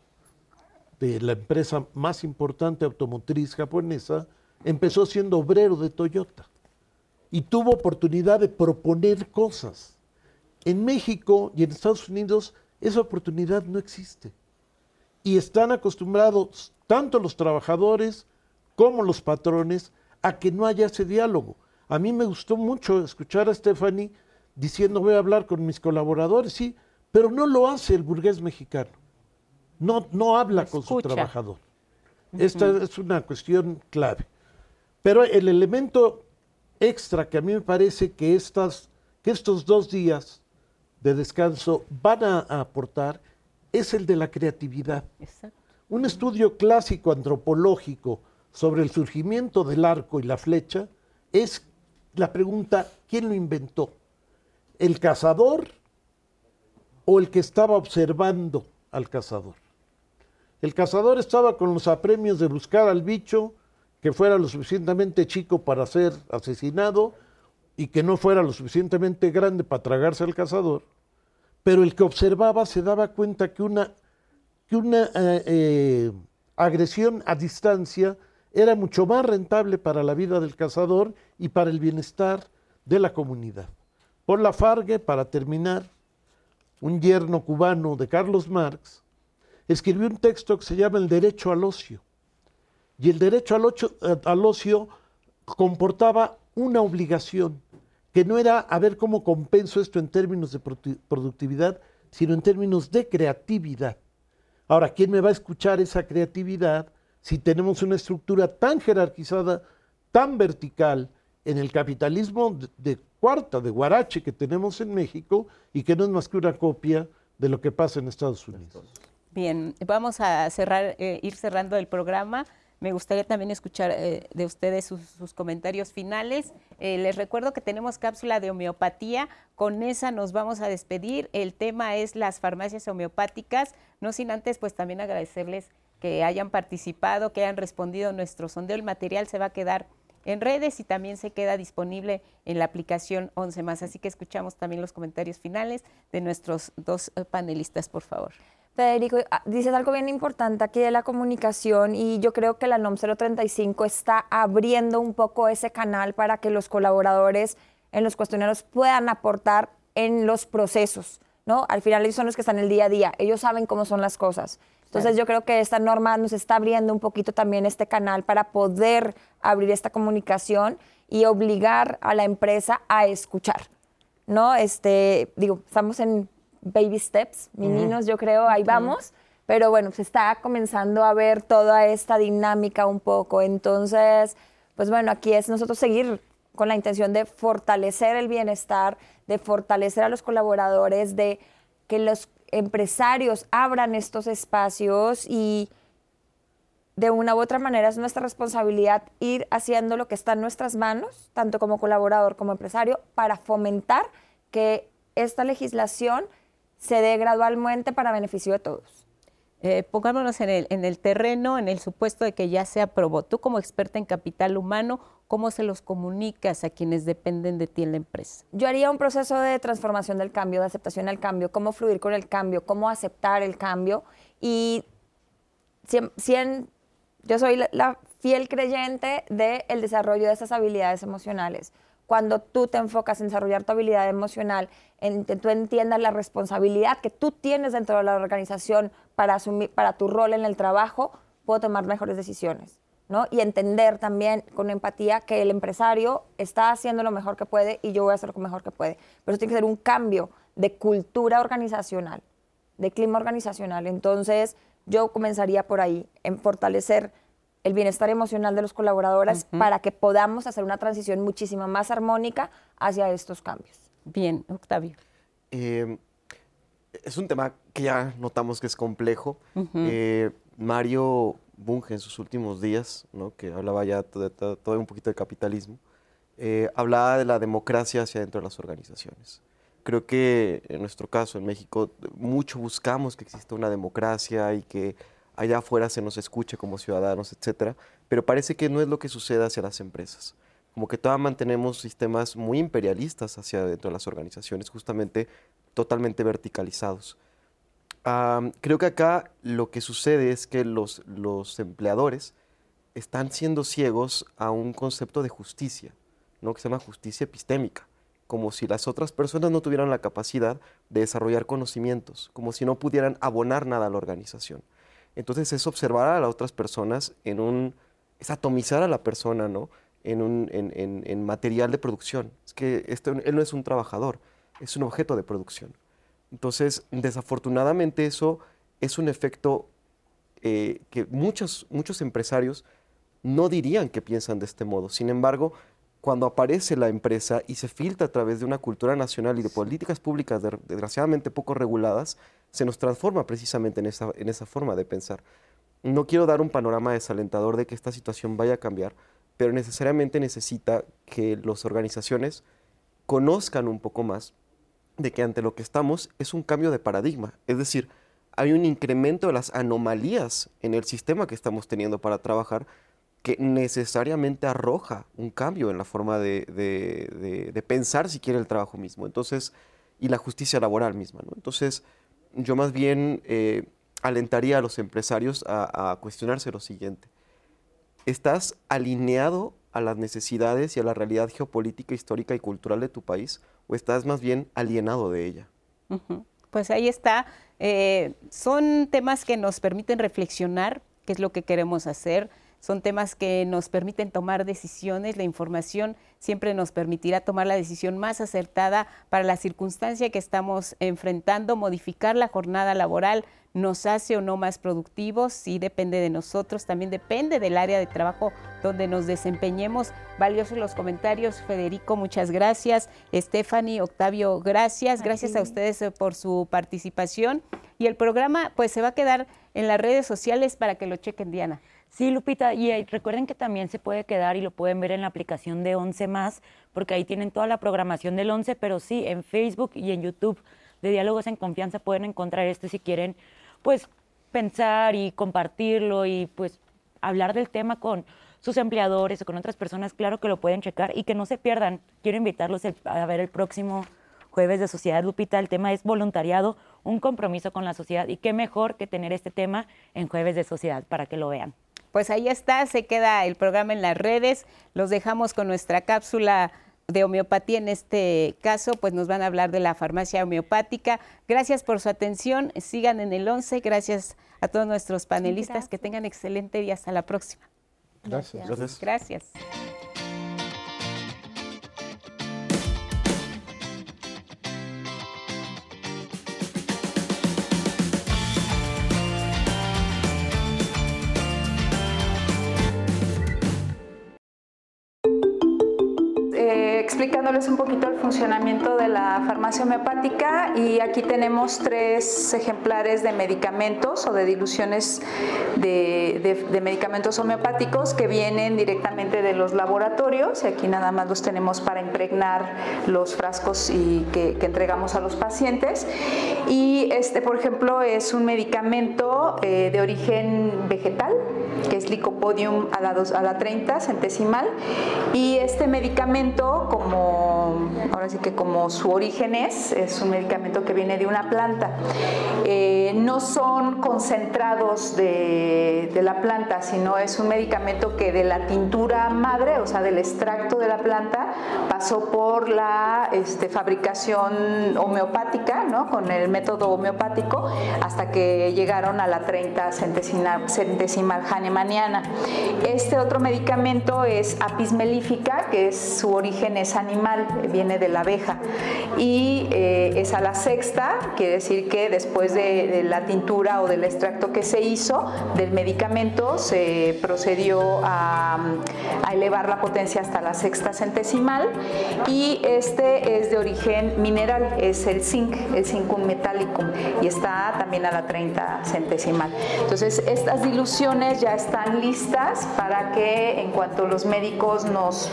E: de la empresa más importante automotriz japonesa, empezó siendo obrero de Toyota y tuvo oportunidad de proponer cosas. En México y en Estados Unidos esa oportunidad no existe. Y están acostumbrados tanto los trabajadores como los patrones a que no haya ese diálogo. A mí me gustó mucho escuchar a Stephanie diciendo voy a hablar con mis colaboradores, sí, pero no lo hace el burgués mexicano. No habla con su trabajador. Esta es una cuestión clave. Pero el elemento extra que a mí me parece que estos 2 días de descanso van a aportar es el de la creatividad.
B: Exacto.
E: Un estudio clásico antropológico sobre el surgimiento del arco y la flecha es la pregunta, ¿quién lo inventó? ¿El cazador o el que estaba observando al cazador? El cazador estaba con los apremios de buscar al bicho que fuera lo suficientemente chico para ser asesinado y que no fuera lo suficientemente grande para tragarse al cazador, pero el que observaba se daba cuenta que una agresión a distancia era mucho más rentable para la vida del cazador y para el bienestar de la comunidad. Paul Lafargue, para terminar, un yerno cubano de Carlos Marx, escribió un texto que se llama El derecho al ocio. Y el derecho al ocio comportaba una obligación, que no era a ver cómo compenso esto en términos de productividad, sino en términos de creatividad. Ahora, ¿quién me va a escuchar esa creatividad si tenemos una estructura tan jerarquizada, tan vertical en el capitalismo de cuarta, de Huarache que tenemos en México y que no es más que una copia de lo que pasa en Estados Unidos?
B: Bien, vamos a ir cerrando el programa. Me gustaría también escuchar de ustedes sus comentarios finales. Les recuerdo que tenemos cápsula de homeopatía. Con esa nos vamos a despedir. El tema es las farmacias homeopáticas. No sin antes, pues también agradecerles que hayan participado, que hayan respondido a nuestro sondeo. El material se va a quedar en redes y también se queda disponible en la aplicación 11 más. Así que escuchamos también los comentarios finales de nuestros 2 panelistas, por favor.
D: Federico, dices algo bien importante aquí de la comunicación y yo creo que la NOM 035 está abriendo un poco ese canal para que los colaboradores en los cuestionarios puedan aportar en los procesos, ¿no? Al final ellos son los que están el día a día, ellos saben cómo son las cosas. Entonces yo creo que esta norma nos está abriendo un poquito también este canal para poder abrir esta comunicación y obligar a la empresa a escuchar, ¿no? Estamos en baby steps, meninos, yo creo, ahí vamos, pero bueno, se está comenzando a ver toda esta dinámica un poco, entonces, pues bueno, aquí es nosotros seguir con la intención de fortalecer el bienestar, de fortalecer a los colaboradores, de que los empresarios abran estos espacios y de una u otra manera es nuestra responsabilidad ir haciendo lo que está en nuestras manos, tanto como colaborador como empresario, para fomentar que esta legislación se dé gradualmente para beneficio de todos.
B: Pongámonos en el terreno, en el supuesto de que ya se aprobó. Tú como experta en capital humano, ¿cómo se los comunicas a quienes dependen de ti en la empresa?
D: Yo haría un proceso de transformación del cambio, de aceptación al cambio, cómo fluir con el cambio, cómo aceptar el cambio. Y yo soy la fiel creyente del desarrollo de esas habilidades emocionales. Cuando tú te enfocas en desarrollar tu habilidad emocional, tú entiendas la responsabilidad que tú tienes dentro de la organización para tu rol en el trabajo, puedo tomar mejores decisiones, ¿no? Y entender también con empatía que el empresario está haciendo lo mejor que puede y yo voy a hacer lo mejor que puede. Pero eso tiene que ser un cambio de cultura organizacional, de clima organizacional. Entonces, yo comenzaría por ahí, en fortalecer el bienestar emocional de los colaboradores para que podamos hacer una transición muchísimo más armónica hacia estos cambios.
B: Bien, Octavio.
F: Es un tema que ya notamos que es complejo. Mario Bunge en sus últimos días, ¿no?, que hablaba ya todo un poquito de capitalismo, hablaba de la democracia hacia dentro de las organizaciones. Creo que en nuestro caso, en México, mucho buscamos que exista una democracia y que allá afuera se nos escuche como ciudadanos, etcétera, pero parece que no es lo que sucede hacia las empresas. Como que todavía mantenemos sistemas muy imperialistas hacia dentro de las organizaciones, justamente totalmente verticalizados. Creo que acá lo que sucede es que los empleadores están siendo ciegos a un concepto de justicia, ¿no?, que se llama justicia epistémica, como si las otras personas no tuvieran la capacidad de desarrollar conocimientos, como si no pudieran abonar nada a la organización. Entonces es observar a las otras personas es atomizar a la persona, ¿no?, en material de producción. Es que él no es un trabajador, es un objeto de producción. Entonces, desafortunadamente eso es un efecto que muchos empresarios no dirían que piensan de este modo. Sin embargo, cuando aparece la empresa y se filtra a través de una cultura nacional y de políticas públicas desgraciadamente poco reguladas, se nos transforma precisamente en esa forma de pensar. No quiero dar un panorama desalentador de que esta situación vaya a cambiar, pero necesariamente necesita que las organizaciones conozcan un poco más de que ante lo que estamos es un cambio de paradigma. Es decir, hay un incremento de las anomalías en el sistema que estamos teniendo para trabajar que necesariamente arroja un cambio en la forma de pensar si quiere el trabajo mismo. Entonces, y la justicia laboral misma, ¿no? Entonces, yo más bien alentaría a los empresarios a cuestionarse lo siguiente. ¿Estás alineado a las necesidades y a la realidad geopolítica, histórica y cultural de tu país? ¿O estás más bien alienado de ella?
B: Pues ahí está. Son temas que nos permiten reflexionar qué es lo que queremos hacer. Son temas que nos permiten tomar decisiones. La información siempre nos permitirá tomar la decisión más acertada para la circunstancia que estamos enfrentando. Modificar la jornada laboral nos hace o no más productivos, sí depende de nosotros, también depende del área de trabajo donde nos desempeñemos. Valiosos los comentarios, Federico, muchas gracias. Stephanie, Octavio, gracias. Gracias a ustedes por su participación. Y el programa pues se va a quedar en las redes sociales para que lo chequen, Diana.
C: Sí, Lupita, y recuerden que también se puede quedar y lo pueden ver en la aplicación de 11 Más, porque ahí tienen toda la programación del 11, pero sí, en Facebook y en YouTube de Diálogos en Confianza pueden encontrar esto si quieren, pues, pensar y compartirlo y, pues, hablar del tema con sus empleadores o con otras personas. Claro que lo pueden checar y que no se pierdan. Quiero invitarlos a ver el próximo Jueves de Sociedad, Lupita. El tema es voluntariado, un compromiso con la sociedad, y qué mejor que tener este tema en Jueves de Sociedad para que lo vean.
B: Pues ahí está, se queda el programa en las redes. Los dejamos con nuestra cápsula de homeopatía. En este caso, pues nos van a hablar de la farmacia homeopática. Gracias por su atención. Sigan en el 11. Gracias a todos nuestros panelistas. Gracias. Que tengan excelente día. Hasta la próxima.
E: Gracias.
B: Gracias.
J: explicándoles un poquito el funcionamiento de la farmacia homeopática, y aquí tenemos 3 ejemplares de medicamentos o de diluciones de medicamentos homeopáticos que vienen directamente de los laboratorios, y aquí nada más los tenemos para impregnar los frascos y que entregamos a los pacientes. Y por ejemplo, es un medicamento de origen vegetal, que es Lycopodium a la 30 centesimal, y este medicamento, ahora sí que como su origen es un medicamento que viene de una planta. No son concentrados de la planta, sino es un medicamento que de la tintura madre, o sea, del extracto de la planta, pasó por la fabricación homeopática, ¿no? Con el método homeopático, hasta que llegaron a la 30 centesimal hahnemanniana. Este otro medicamento es Apis mellifica, que su origen es animal, viene de la abeja, y es a la 6ª, quiere decir que después de la tintura o del extracto que se hizo del medicamento, se procedió a elevar la potencia hasta la 6ª centesimal, y este es de origen mineral, es el zincum metallicum, y está también a la 30 centesimal. Entonces, estas diluciones ya están listas para que en cuanto los médicos nos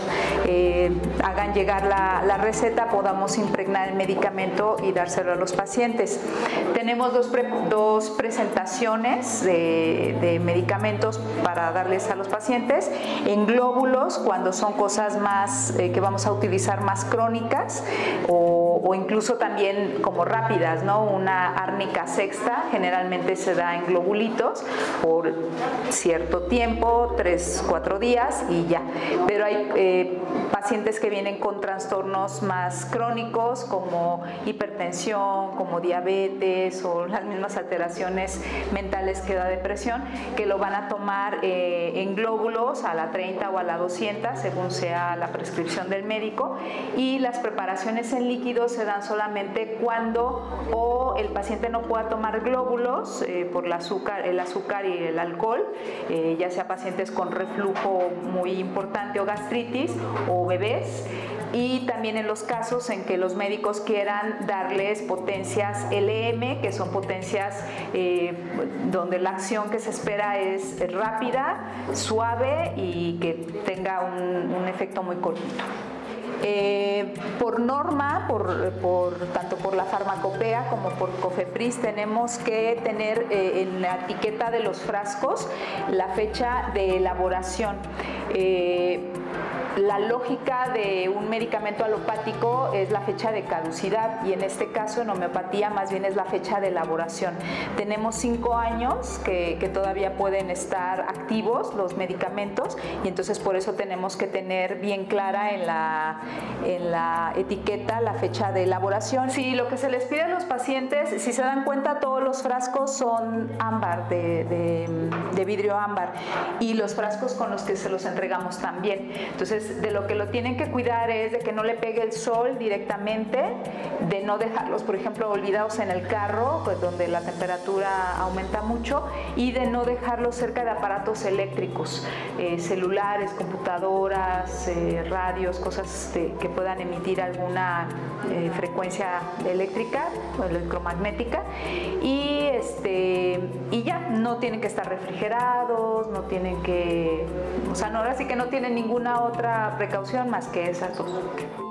J: hagan llegar la receta, podamos impregnar el medicamento y dárselo a los pacientes. Tenemos dos presentaciones de medicamentos para darles a los pacientes: en glóbulos, cuando son cosas más que vamos a utilizar más crónicas, o incluso también como rápidas, ¿no? Una árnica sexta generalmente se da en globulitos por cierto tiempo, 3-4 días y ya. Pero hay pacientes que vienen con trastornos más crónicos como hipertensión, como diabetes o las mismas alteraciones mentales que da depresión, que lo van a tomar en glóbulos a la 30 o a la 200 según sea la prescripción del médico, y las preparaciones en líquidos se dan solamente cuando o el paciente no pueda tomar glóbulos por el azúcar y el alcohol, ya sea pacientes con reflujo muy importante o gastritis o bebés, y también en los casos en que los médicos quieran darles potencias LM, que son potencias donde la acción que se espera es rápida, suave y que tenga un efecto muy cortito. Por norma, tanto por la farmacopea como por COFEPRIS, tenemos que tener en la etiqueta de los frascos la fecha de elaboración. La lógica de un medicamento alopático es la fecha de caducidad, y en este caso en homeopatía más bien es la fecha de elaboración. Tenemos 5 años que todavía pueden estar activos los medicamentos, y entonces por eso tenemos que tener bien clara en la etiqueta la fecha de elaboración. Sí, lo que se les pide a los pacientes, si se dan cuenta, todos los frascos son ámbar, de vidrio ámbar, y los frascos con los que se los entregamos también. Entonces, de lo que lo tienen que cuidar es de que no le pegue el sol directamente, de no dejarlos, por ejemplo, olvidados en el carro, pues, donde la temperatura aumenta mucho, y de no dejarlos cerca de aparatos eléctricos, celulares, computadoras, radios, cosas que puedan emitir alguna frecuencia eléctrica o electromagnética, y ya no tienen que estar refrigerados, no tienen que, ahora sí que no tienen ninguna otra precaución más que esas dos.